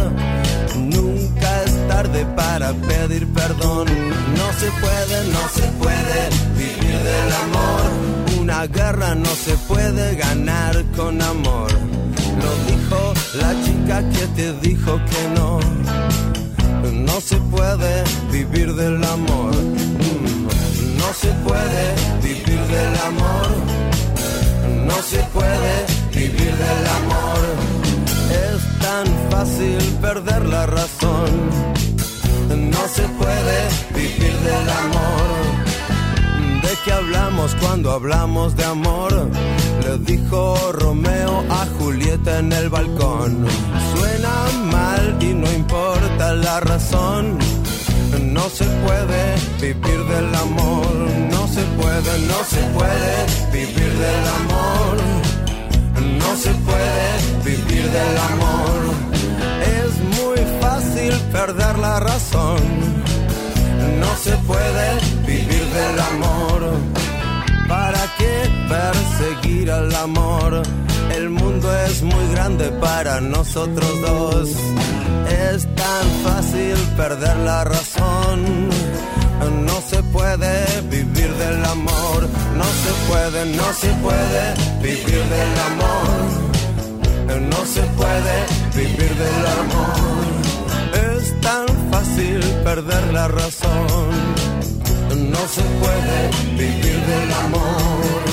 nunca es tarde para pedir perdón, no se puede vivir del amor, una guerra no se puede ganar con amor. Lo dijo la chica que te dijo que no. No se puede vivir del amor. No se puede vivir del amor. No se puede vivir del amor. Es tan fácil perder la razón. No se puede vivir del amor. ¿De qué hablamos cuando hablamos de amor? Le dijo Romeo a Julieta en el balcón. Suena mal y no importa la razón. No se puede vivir del amor. No se puede vivir del amor. No se puede vivir del amor. Es muy fácil perder la razón. No se puede vivir del amor. ¿Para qué perseguir al amor? El mundo es muy grande para nosotros dos. Es tan fácil perder la razón. No se puede vivir del amor. No se puede vivir del amor. No se puede vivir del amor. Es tan fácil perder la razón. No se puede vivir del amor.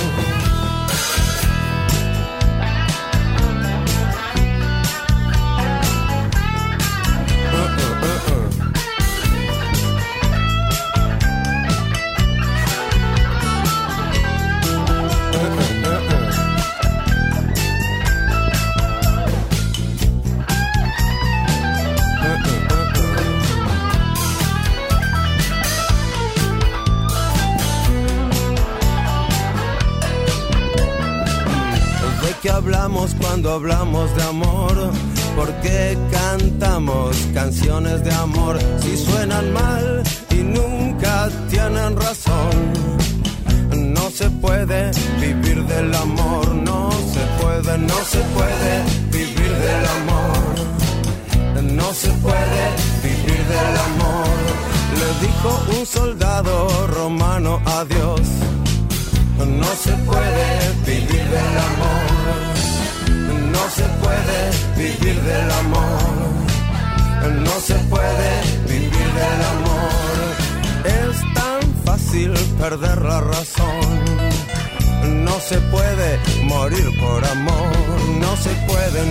¿Qué hablamos cuando hablamos de amor? ¿Por qué cantamos canciones de amor si suenan mal y nunca tienen razón? No se puede vivir del amor, no se puede vivir del amor. No se puede vivir del amor. Le dijo un soldado romano a Dios. No se puede vivir del amor. No se puede vivir del amor. No se puede vivir del amor. Es tan fácil perder la razón. No se puede morir por amor. No se puede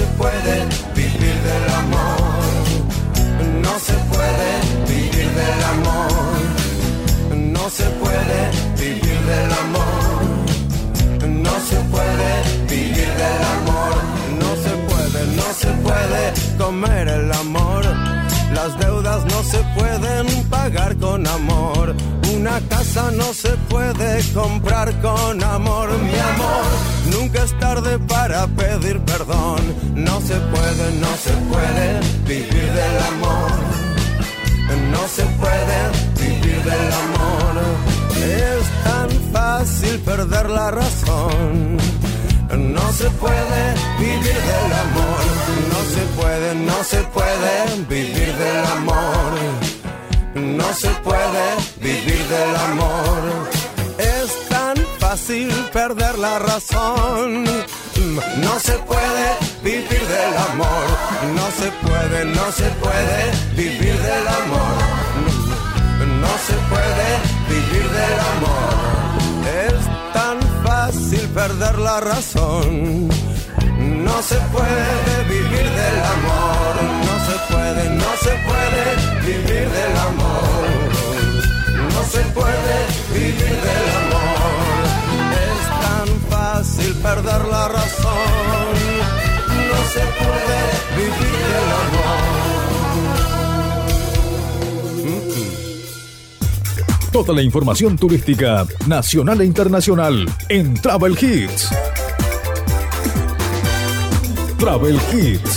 vivir del amor. No se puede vivir del amor. No se puede vivir del amor. No se puede vivir del amor. No se puede comer el amor. Las deudas no se pueden pagar con amor. Una casa no se puede comprar con amor. Mi amor, nunca es tarde para pedir perdón. No se puede vivir del amor. No se puede vivir del amor. Es tan fácil perder la razón. No se puede vivir del amor. No se puede vivir del amor. No se puede vivir del amor. Es tan fácil perder la razón. No se puede vivir del amor. No se puede vivir del amor. No se puede vivir del amor. Es tan fácil fácil perder la razón. No se puede vivir del amor. No se puede vivir del amor. No se puede vivir del amor. Es tan fácil perder la razón. No se puede vivir del amor. Toda la información turística nacional e internacional en Travel Hits. Travel Hits.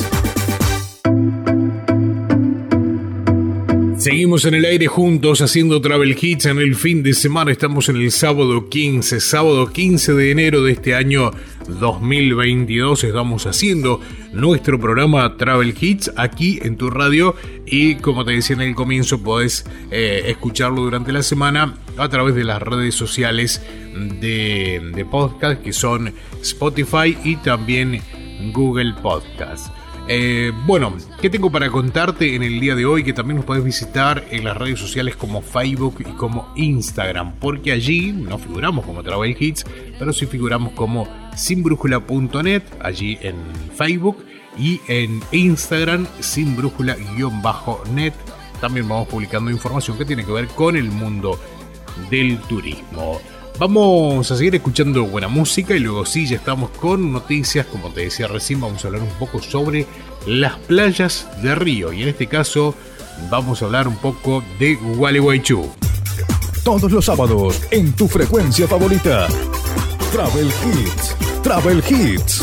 Seguimos en el aire juntos haciendo Travel Hits en el fin de semana. Estamos en el sábado 15 de enero de este año 2022. Estamos haciendo nuestro programa Travel Hits aquí en tu radio y como te decía en el comienzo podés escucharlo durante la semana a través de las redes sociales de podcast que son Spotify y también Google Podcast. Bueno, ¿qué tengo para contarte en el día de hoy? Que también nos podés visitar en las redes sociales como Facebook y como Instagram, porque allí no figuramos como Travel Hits, pero sí figuramos como sinbrújula.net, allí en Facebook, y en Instagram sinbrújula_net. También vamos publicando información que tiene que ver con el mundo del turismo. Vamos a seguir escuchando buena música y luego sí, ya estamos con noticias. Como te decía recién, vamos a hablar un poco sobre las playas de Río. Y en este caso vamos a hablar un poco de Gualeguaychú. Todos los sábados en tu frecuencia favorita. Travel Hits. Travel Hits.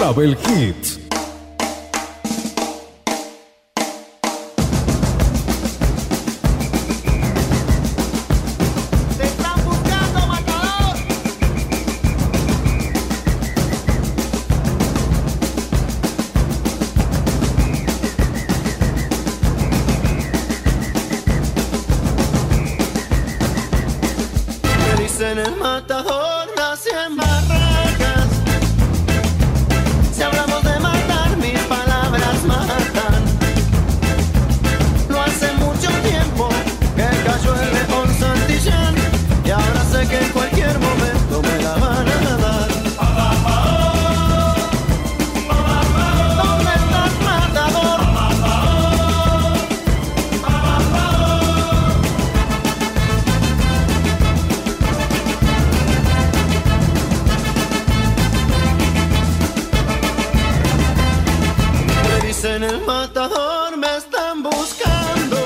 Travel Hits. En el matador nací en Barracas. Si hablamos de matar, mis palabras matan. No hace mucho tiempo que cayó el león Santillán, y ahora sé que en cualquier momento me la van a dar. ¿Dónde estás, matador? En el matador me están buscando.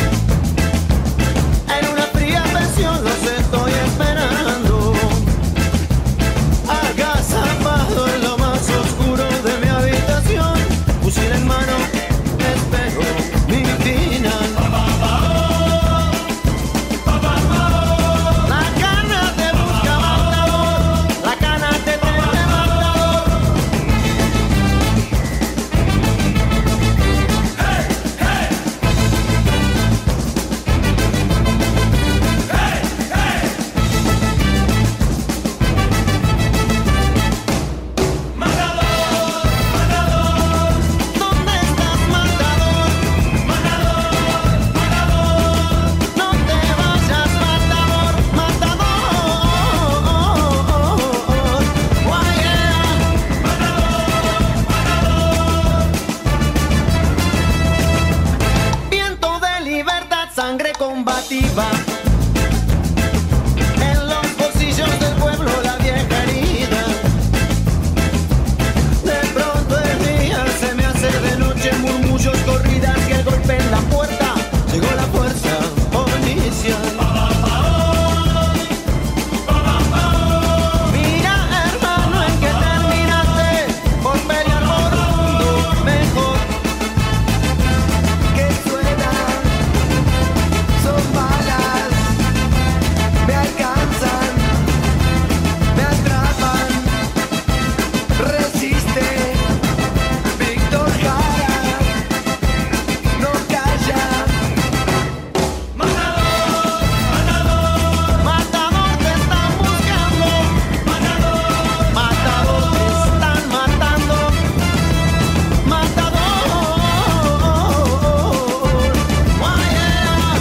En una fría pensión los estoy esperando. Agazapado en lo más oscuro de mi habitación, fusil en mano, espero mi final. La cana te busca, matador. La cana te tiene, matador. ¿Dónde estás, matador? No te vayas, matador, matador. Why, yeah. Viento de libertad, sangre combativa. En los bolsillos del pueblo la vieja herida. De pronto el día se me hace de noche, murmullos, corridas y el golpe en la puerta. Llegó la fuerza policial. Mira, hermano, en que terminaste por pelear por un mundo mejor. Que suenan, son balas, me alcanzan, me atrapan. Resiste, Víctor Jara, no calla. Matador, te están buscando. Matador, te están matando. Matador, why, yeah.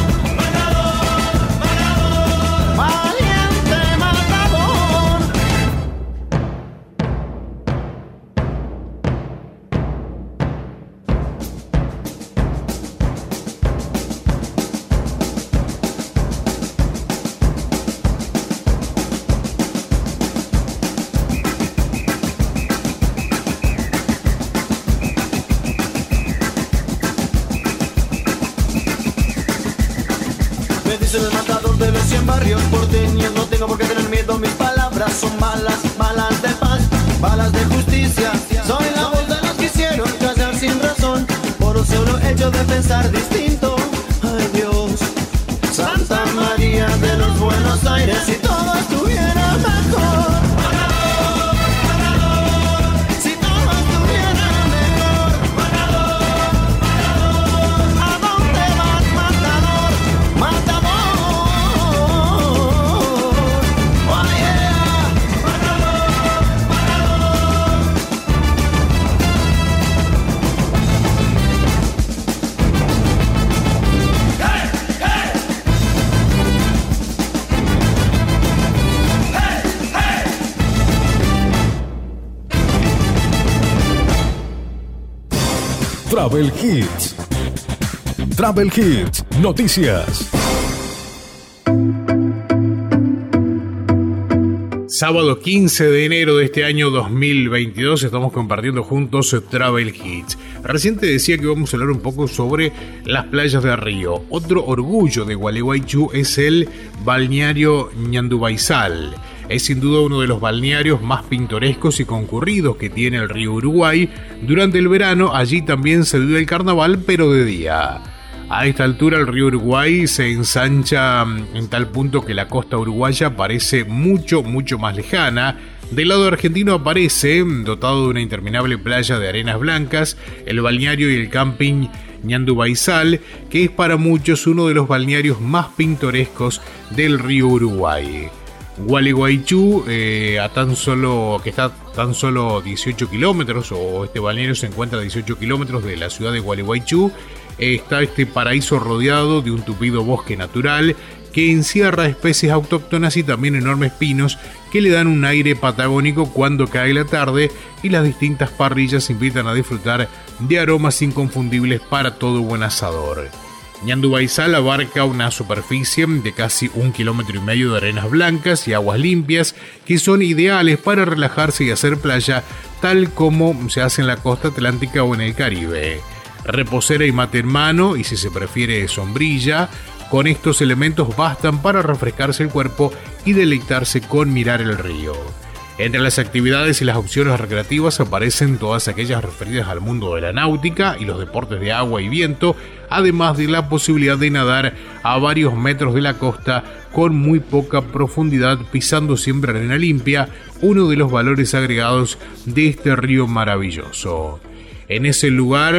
Valiente matador. Me dicen el matador de los 100 barrios porteños. No tengo por qué tener miedo, mis palabras son balas, balas de paz, balas de justicia. Soy la voz de los que hicieron callar sin razón, por un solo hecho de pensar distinto. Ay Dios, Santa María de los Buenos Aires, si todo estuviera mejor. Si todo estuviera mejor. ¿A dónde vas, matador? Matador. Oh, yeah. Travel Hits. Travel Hits, noticias. Sábado 15 de enero de este año 2022 estamos compartiendo juntos Travel Hits. Recién te decía que vamos a hablar un poco sobre las playas de Río. Otro orgullo de Gualeguaychú es el balneario Ñandubaizal. es sin duda uno de los balnearios más pintorescos y concurridos que tiene el río Uruguay. Durante el verano allí también se vive el carnaval, pero de día. A esta altura el río Uruguay se ensancha en tal punto que la costa uruguaya parece mucho más lejana. Del lado argentino aparece, dotado de una interminable playa de arenas blancas, el balneario y el camping Ñandubaizal, que es para muchos uno de los balnearios más pintorescos del río Uruguay. Gualeguaychú, que está tan solo 18 kilómetros, o este balneario se encuentra a 18 kilómetros de la ciudad de Gualeguaychú, está este paraíso rodeado de un tupido bosque natural que encierra especies autóctonas y también enormes pinos que le dan un aire patagónico cuando cae la tarde, y las distintas parrillas invitan a disfrutar de aromas inconfundibles para todo buen asador. Ñandubaizal abarca una superficie de casi 1,5 kilómetros de arenas blancas y aguas limpias que son ideales para relajarse y hacer playa, tal como se hace en la costa atlántica o en el Caribe. Reposera y mate en mano, y si se prefiere sombrilla, con estos elementos bastan para refrescarse el cuerpo y deleitarse con mirar el río. Entre las actividades y las opciones recreativas aparecen todas aquellas referidas al mundo de la náutica y los deportes de agua y viento, además de la posibilidad de nadar a varios metros de la costa con muy poca profundidad, pisando siempre arena limpia, uno de los valores agregados de este río maravilloso. En ese lugar,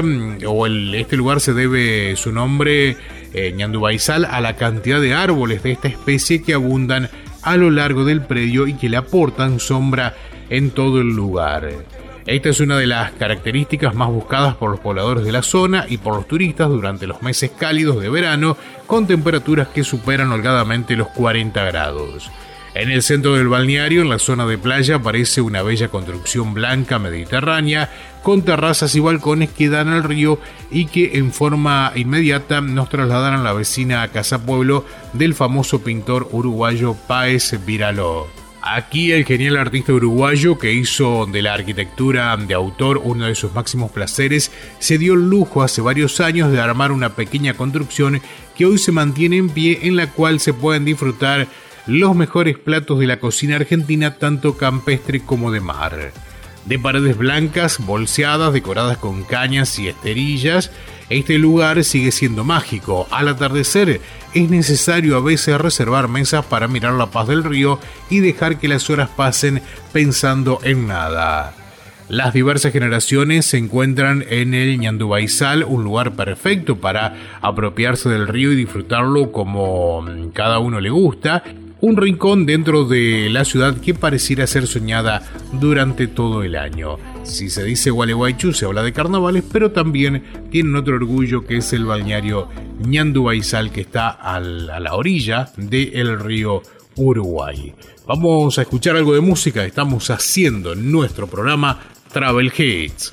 este lugar se debe su nombre, Ñandubaizal, a la cantidad de árboles de esta especie que abundan a lo largo del predio y que le aportan sombra en todo el lugar. Esta es una de las características más buscadas por los pobladores de la zona y por los turistas durante los meses cálidos de verano, con temperaturas que superan holgadamente los 40 grados. En el centro del balneario, en la zona de playa, aparece una bella construcción blanca mediterránea con terrazas y balcones que dan al río y que en forma inmediata nos trasladan a la vecina Casa Pueblo del famoso pintor uruguayo Páez Viraló. Aquí el genial artista uruguayo, que hizo de la arquitectura de autor uno de sus máximos placeres, se dio el lujo hace varios años de armar una pequeña construcción que hoy se mantiene en pie, en la cual se pueden disfrutar los mejores platos de la cocina argentina, tanto campestre como de mar. De paredes blancas, bolseadas, decoradas con cañas y esterillas, este lugar sigue siendo mágico. Al atardecer es necesario a veces reservar mesas para mirar la paz del río y dejar que las horas pasen pensando en nada. Las diversas generaciones se encuentran en el Ñandubaizal, un lugar perfecto para apropiarse del río y disfrutarlo como cada uno le gusta. Un rincón dentro de la ciudad que pareciera ser soñada durante todo el año. Si se dice Gualeguaychú, se habla de carnavales, pero también tienen otro orgullo, que es el balneario Ñandubaizal, que está a la orilla del río Uruguay. Vamos a escuchar algo de música. Estamos haciendo nuestro programa Travel Hits.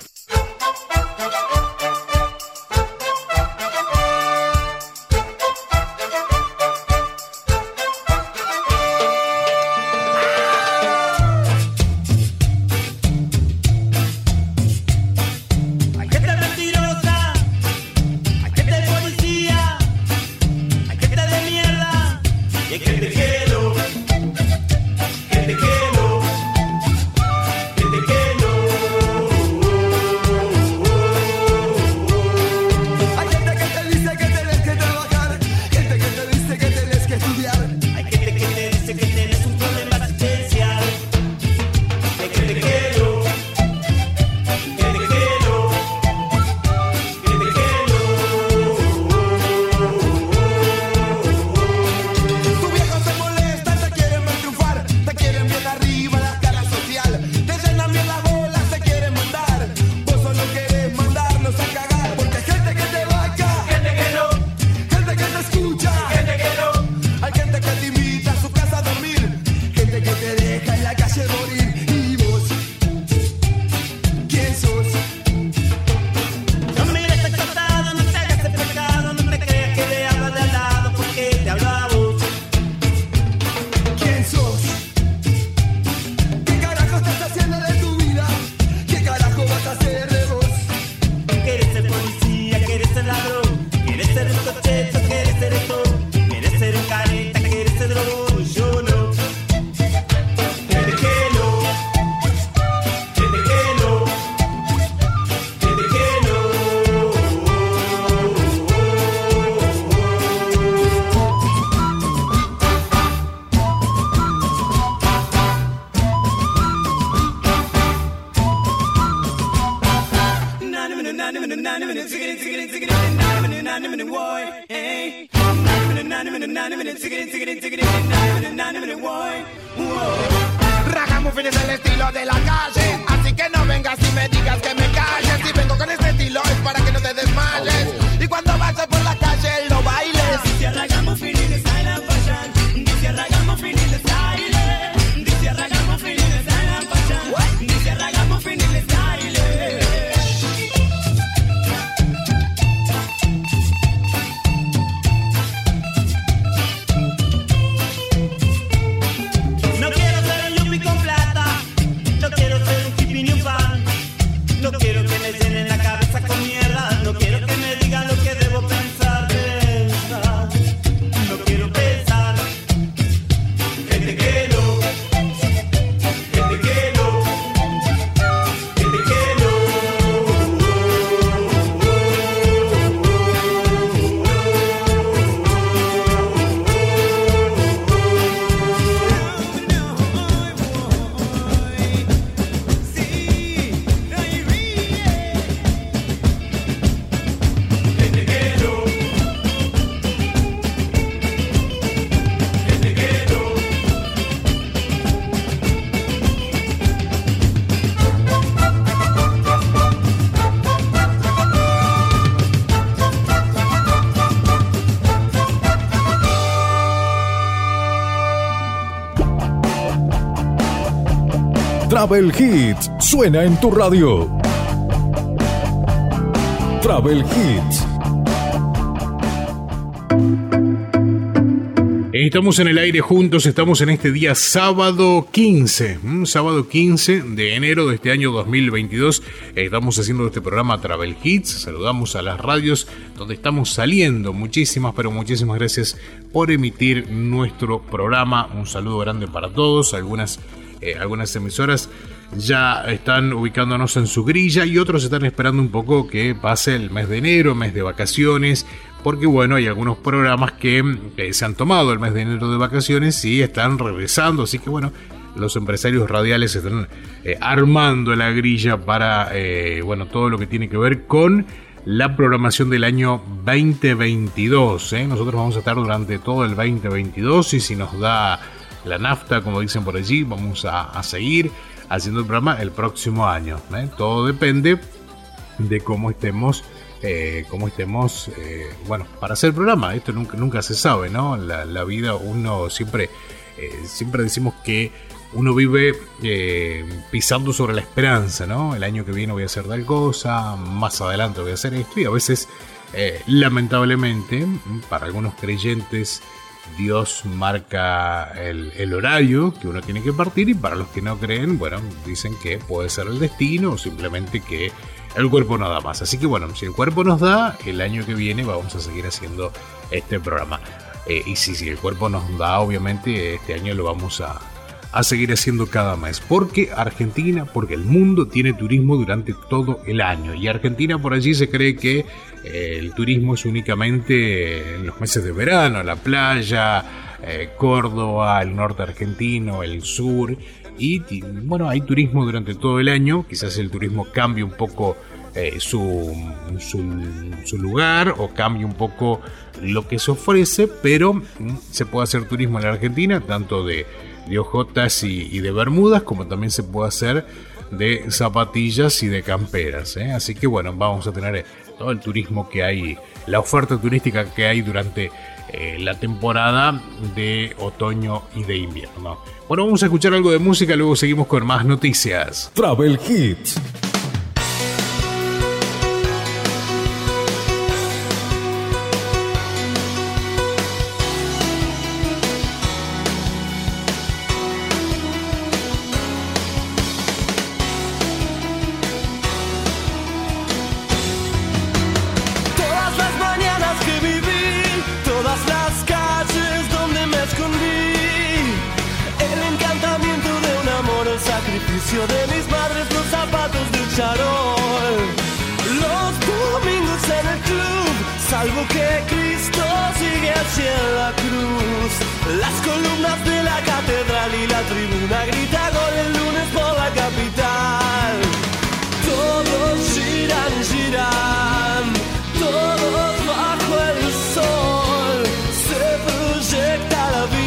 Tu viejo se murió. Ragamuffin es el estilo de la calle, así que no vengas y me digas que me calles. Si vengo con este estilo es para que no te desmayes, y cuando vayas por la calle lo bailes. Dice Ragamuffin in the style and fashion. Dice Ragamuffin in the style. Dice Ragamuffin in the style and fashion. Dice Ragamuffin in the style. No quiero ser un yuppie con plata, no quiero ser un hippie ni un fan. No quiero que me llenen la cabeza con mierda, no quiero que me digan lo que debo pensar. No quiero pensar que te quiero, que te quiero, que te quiero. Travel Hits suena en tu radio. Travel Hits. Estamos en el aire juntos, estamos en este día sábado 15 de enero de este año 2022. Estamos haciendo este programa Travel Hits. Saludamos a las radios donde estamos saliendo. Muchísimas, pero muchísimas gracias por emitir nuestro programa. Un saludo grande para todos. Algunas emisoras ya están ubicándonos en su grilla y otros están esperando un poco que pase el mes de enero, mes de vacaciones, porque bueno, hay algunos programas que se han tomado el mes de enero de vacaciones y están regresando, así que bueno, los empresarios radiales están armando la grilla para todo lo que tiene que ver con la programación del año 2022. Nosotros vamos a estar durante todo el 2022 y si nos da la nafta, como dicen por allí, vamos a seguir haciendo el programa el próximo año. Todo depende de cómo estemos, para hacer el programa. Esto nunca se sabe, ¿no? La vida, uno siempre decimos que uno vive pisando sobre la esperanza, ¿no? El año que viene voy a hacer tal cosa, más adelante voy a hacer esto, y a veces, lamentablemente, para algunos creyentes, Dios marca el horario que uno tiene que partir, y para los que no creen, bueno, dicen que puede ser el destino o simplemente que el cuerpo no da más. Así que bueno, si el cuerpo nos da, el año que viene vamos a seguir haciendo este programa. Y si el cuerpo nos da, obviamente este año lo vamos a seguir haciendo cada mes. Porque el mundo tiene turismo durante todo el año. Y Argentina, por allí se cree que el turismo es únicamente en los meses de verano, la playa, Córdoba, el norte argentino, el sur. Y bueno, hay turismo durante todo el año. Quizás el turismo cambie un poco su lugar o cambie un poco lo que se ofrece, pero se puede hacer turismo en la Argentina, tanto de hojotas y de bermudas, como también se puede hacer de zapatillas y de camperas. Así que bueno, vamos a tener todo el turismo que hay, la oferta turística que hay durante la temporada de otoño y de invierno. Bueno, vamos a escuchar algo de música, luego seguimos con más noticias. Travel Hits. De mis madres, los zapatos de charol, los domingos en el club, salvo que Cristo sigue hacia la cruz, las columnas de la catedral y la tribuna grita gol el lunes por la capital. Todos giran, giran, todos bajo el sol, se proyectan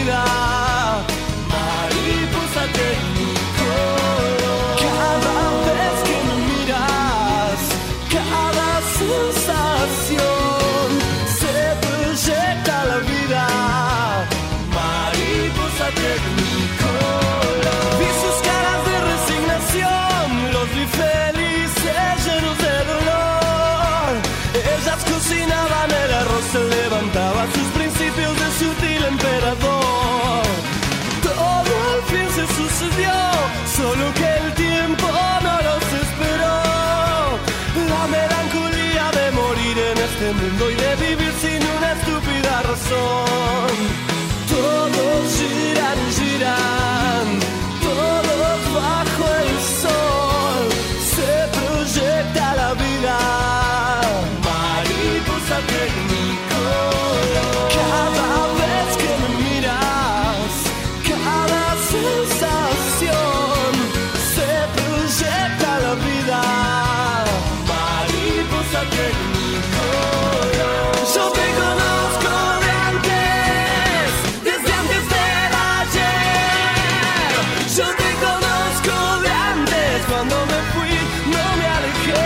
vida, mariposa tecnicolor. Cada vez que me miras, cada sensación se proyecta a la vida, mariposa tecnicolor. Vi sus caras de resignación, los vi felices, llenos de dolor. Ellas cocinaban el arroz, se levantaba sus principios de sutil emperador. Todo al fin se sucedió, solo que el tiempo no los esperó. La melancolía de morir en este mundo y de vivir sin una estúpida razón. Todos giran, giran, todos bajo el sol. Se proyecta la vida, mariposa tecnicolor. Cada vez que me miras, cada sensación se proyecta la vida, mariposa tecnicolor. Yo te conozco de antes, desde antes del ayer. Yo te conozco de antes, cuando me fui no me alejé.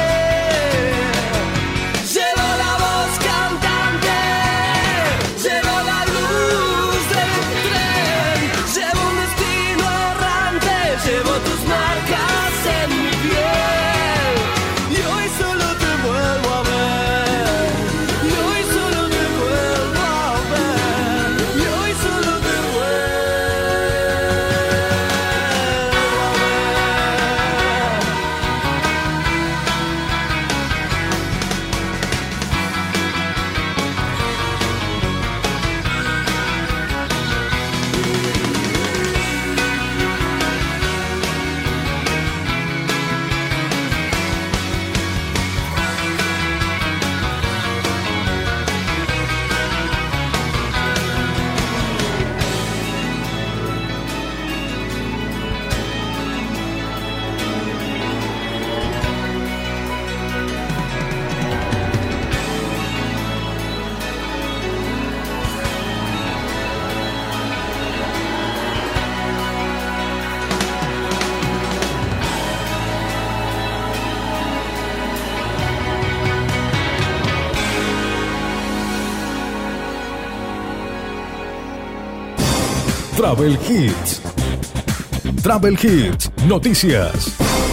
Llevo la voz cantante, llevo la luz del tren, llevo un destino errante, llevo tus marcas en mi piel. Y hoy solo te vuelvo a ver, y hoy solo te vuelvo a ver, y hoy solo te vuelvo a ver. Travel Hits. Travel Hits, noticias.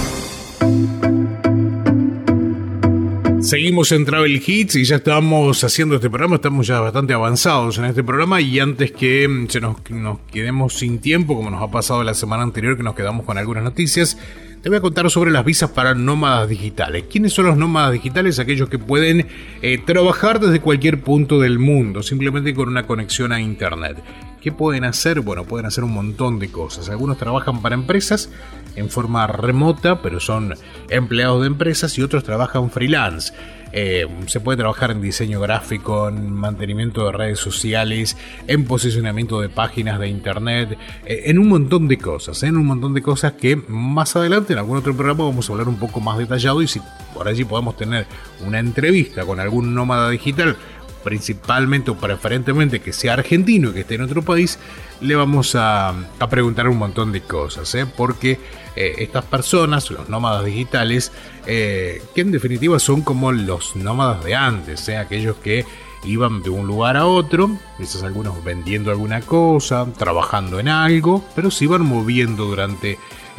Seguimos en Travel Hits y ya estamos haciendo este programa, estamos ya bastante avanzados en este programa y antes que nos quedemos sin tiempo, como nos ha pasado la semana anterior que nos quedamos con algunas noticias, te voy a contar sobre las visas para nómadas digitales. ¿Quiénes son los nómadas digitales? Aquellos que pueden trabajar desde cualquier punto del mundo, simplemente con una conexión a internet. ¿Qué pueden hacer? Bueno, pueden hacer un montón de cosas. Algunos trabajan para empresas en forma remota, pero son empleados de empresas, y otros trabajan freelance. Se puede trabajar en diseño gráfico, en mantenimiento de redes sociales, en posicionamiento de páginas de internet, en un montón de cosas, en un montón de cosas que más adelante en algún otro programa vamos a hablar un poco más detallado, y si por allí podemos tener una entrevista con algún nómada digital, principalmente o preferentemente que sea argentino y que esté en otro país, le vamos a preguntar un montón de cosas, porque estas personas, los nómadas digitales, que en definitiva son como los nómadas de antes, aquellos que iban de un lugar a otro, quizás algunos vendiendo alguna cosa, trabajando en algo, pero se iban moviendo durante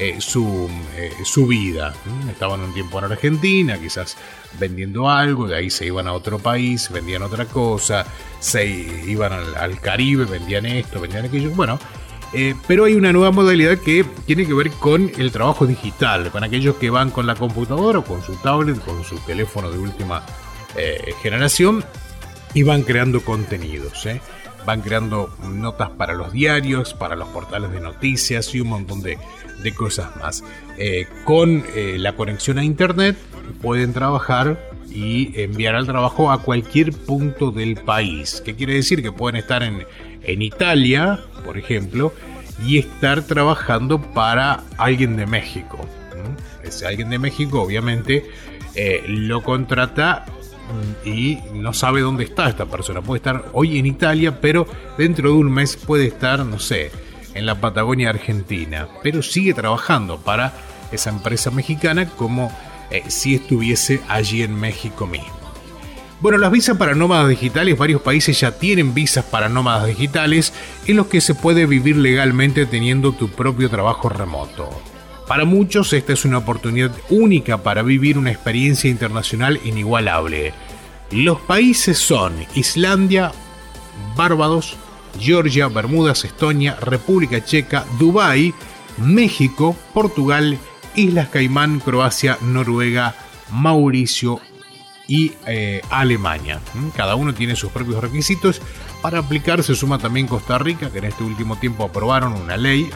su vida. Estaban un tiempo en Argentina, quizás vendiendo algo, de ahí se iban a otro país, vendían otra cosa, se iban al Caribe, vendían esto, vendían aquello. Bueno, pero hay una nueva modalidad que tiene que ver con el trabajo digital, con aquellos que van con la computadora o con su tablet, con su teléfono de última generación, y van creando contenidos, van creando notas para los diarios, para los portales de noticias y un montón de cosas más. Con la conexión a internet pueden trabajar y enviar al trabajo a cualquier punto del país. ¿Qué quiere decir? Que pueden estar en Italia, por ejemplo, y estar trabajando para alguien de México. Ese alguien de México obviamente lo contrata y no sabe dónde está esta persona. Puede estar hoy en Italia, pero dentro de un mes puede estar, no sé, en la Patagonia Argentina, pero sigue trabajando para esa empresa mexicana como si estuviese allí en México mismo. Bueno, las visas para nómadas digitales, varios países ya tienen visas para nómadas digitales en los que se puede vivir legalmente teniendo tu propio trabajo remoto. Para muchos esta es una oportunidad única para vivir una experiencia internacional inigualable. Los países son Islandia, Barbados, Georgia, Bermudas, Estonia, República Checa, Dubái, México, Portugal, Islas Caimán, Croacia, Noruega, Mauricio y Alemania. Cada uno tiene sus propios requisitos. Para aplicar se suma también Costa Rica, que en este último tiempo aprobaron una ley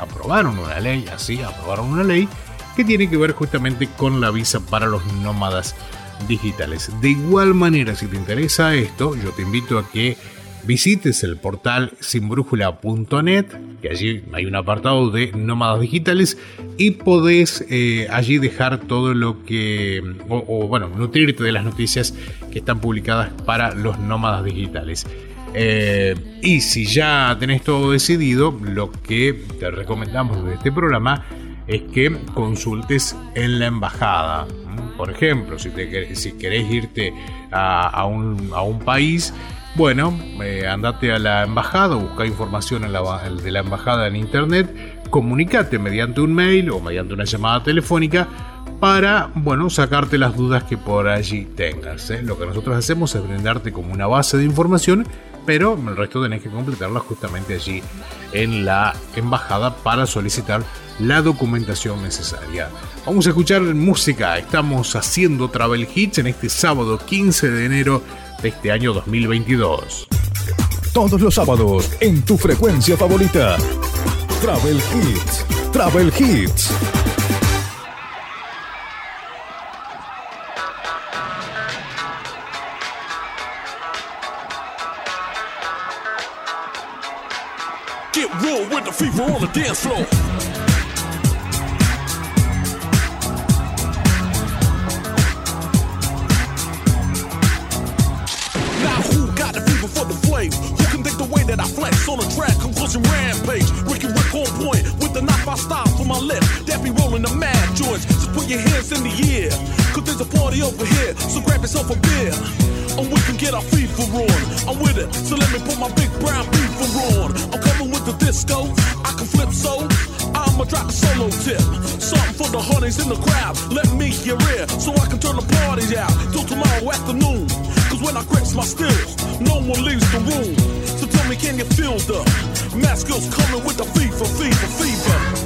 que tiene que ver justamente con la visa para los nómadas digitales. De igual manera, si te interesa esto, yo te invito a que visites el portal sinbrújula.net, que allí hay un apartado de nómadas digitales y podés allí dejar todo lo que, nutrirte de las noticias que están publicadas para los nómadas digitales. Y si ya tenés todo decidido, lo que te recomendamos de este programa es que consultes en la embajada. Por ejemplo, si querés irte a un país, bueno, andate a la embajada, busca información de la embajada en internet, comunicate mediante un mail o mediante una llamada telefónica para, sacarte las dudas que por allí tengas. Lo que nosotros hacemos es brindarte como una base de información, pero el resto tenés que completarla justamente allí en la embajada para solicitar la documentación necesaria. Vamos a escuchar música. Estamos haciendo Travel Hits en este sábado 15 de enero de este año 2022. Todos los sábados en tu frecuencia favorita. Travel Hits. Travel Hits. Get real with the fever on the dance floor. Now who got the fever for the flame? Who can think the way that I flex on the track? Conclusion rampage. Ricky Rick on point with the knock out style for my left. That be rolling the mad joints. Just put your hands in the air. Cause there's a party over here. So grab yourself a beer. And we can get our fever on. I'm with it, so let me put my big brown beaver on. I'm coming with the disco, I can flip so I'ma drop a solo tip. Something for the honeys in the crowd. Let me hear it, so I can turn the party out till tomorrow afternoon. Cause when I grips my stills, no one leaves the room. So tell me, can you feel the mask girls coming with the fever, fever, fever?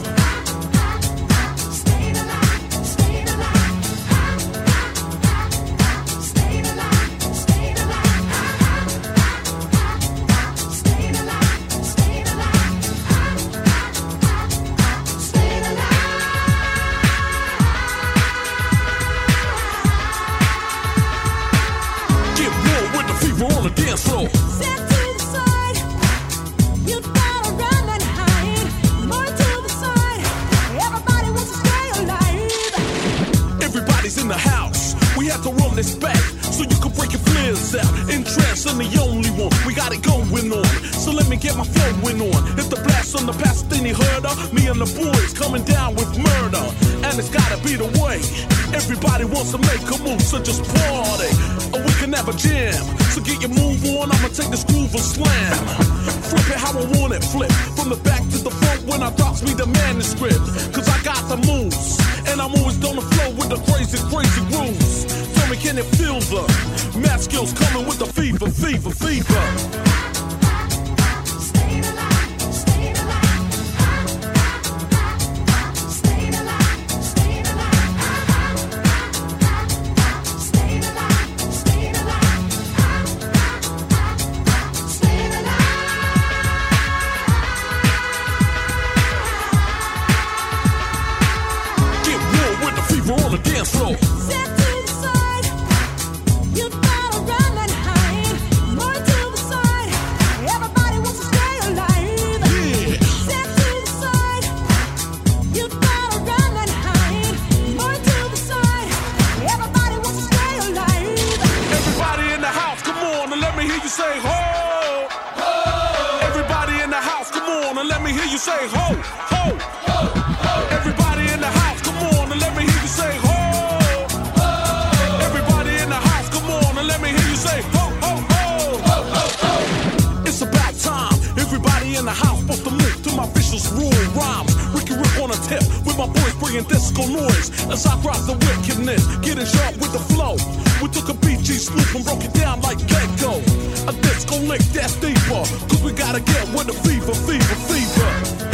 let me hear you say ho, ho, ho, ho. Everybody in the house, come on and let me hear you say ho, ho. Everybody in the house, come on and let me hear you say ho, ho, ho, ho, ho, ho. It's about time. Everybody in the house supposed to move to my vicious rule rhymes. Ricky Rick on a tip with my boys bringing disco noise as I drop the wickedness, getting sharp with the flow. We took a BG sloop and broke it down like Gecko. A disco lick that's deeper, cause we gotta get with the fever, fever, fever.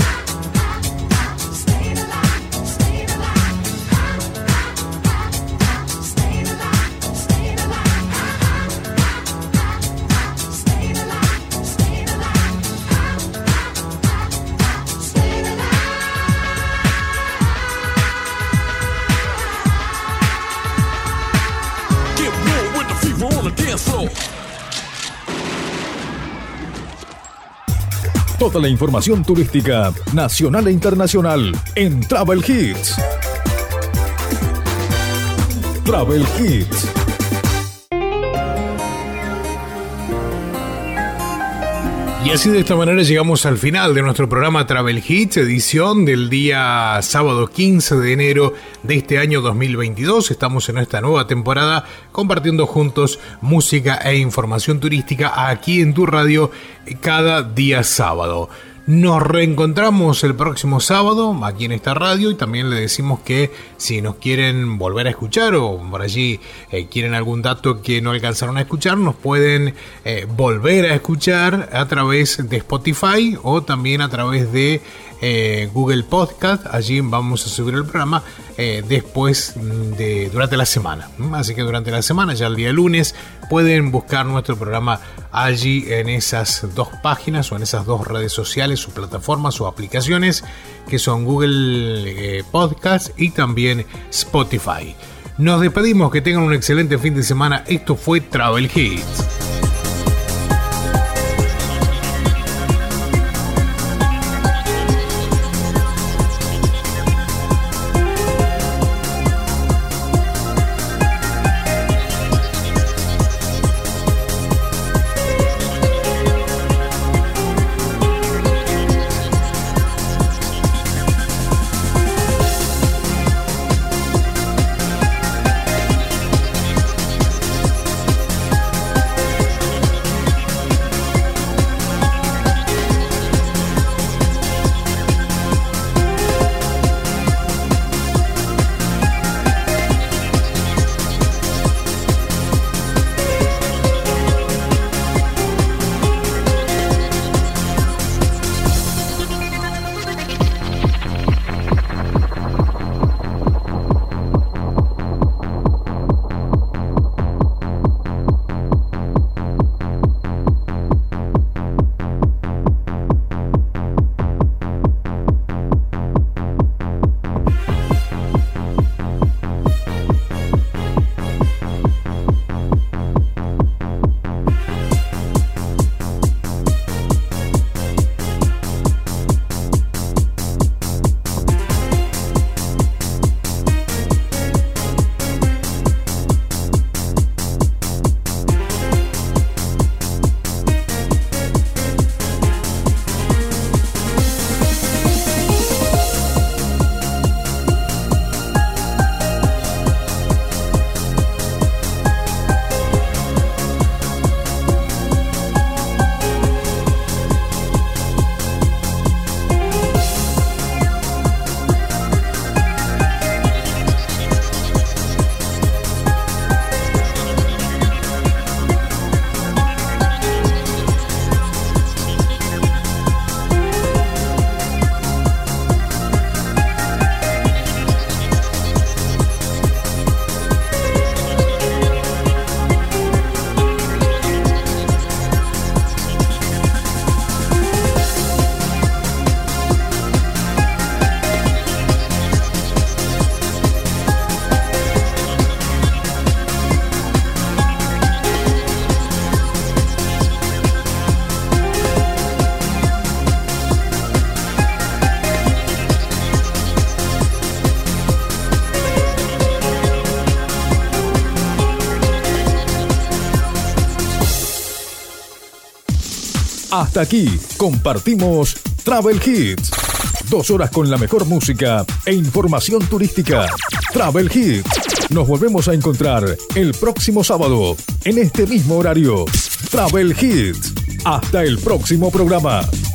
Toda la información turística nacional e internacional en Travel Hits. Travel Hits. Y así de esta manera llegamos al final de nuestro programa Travel Hits, edición del día sábado 15 de enero de este año 2022. Estamos en esta nueva temporada compartiendo juntos música e información turística aquí en tu radio cada día sábado. Nos reencontramos el próximo sábado aquí en esta radio y también le decimos que si nos quieren volver a escuchar o por allí quieren algún dato que no alcanzaron a escuchar, nos pueden volver a escuchar a través de Spotify o también a través de Google Podcast. Allí vamos a subir el programa durante la semana. Así que durante la semana, ya el día lunes, pueden buscar nuestro programa allí en esas dos páginas o en esas dos redes sociales, sus plataformas o aplicaciones que son Google Podcast y también Spotify. Nos despedimos, que tengan un excelente fin de semana. Esto fue Travel Hits. Hasta aquí compartimos Travel Hits. 2 horas con la mejor música e información turística. Travel Hits. Nos volvemos a encontrar el próximo sábado en este mismo horario. Travel Hits. Hasta el próximo programa.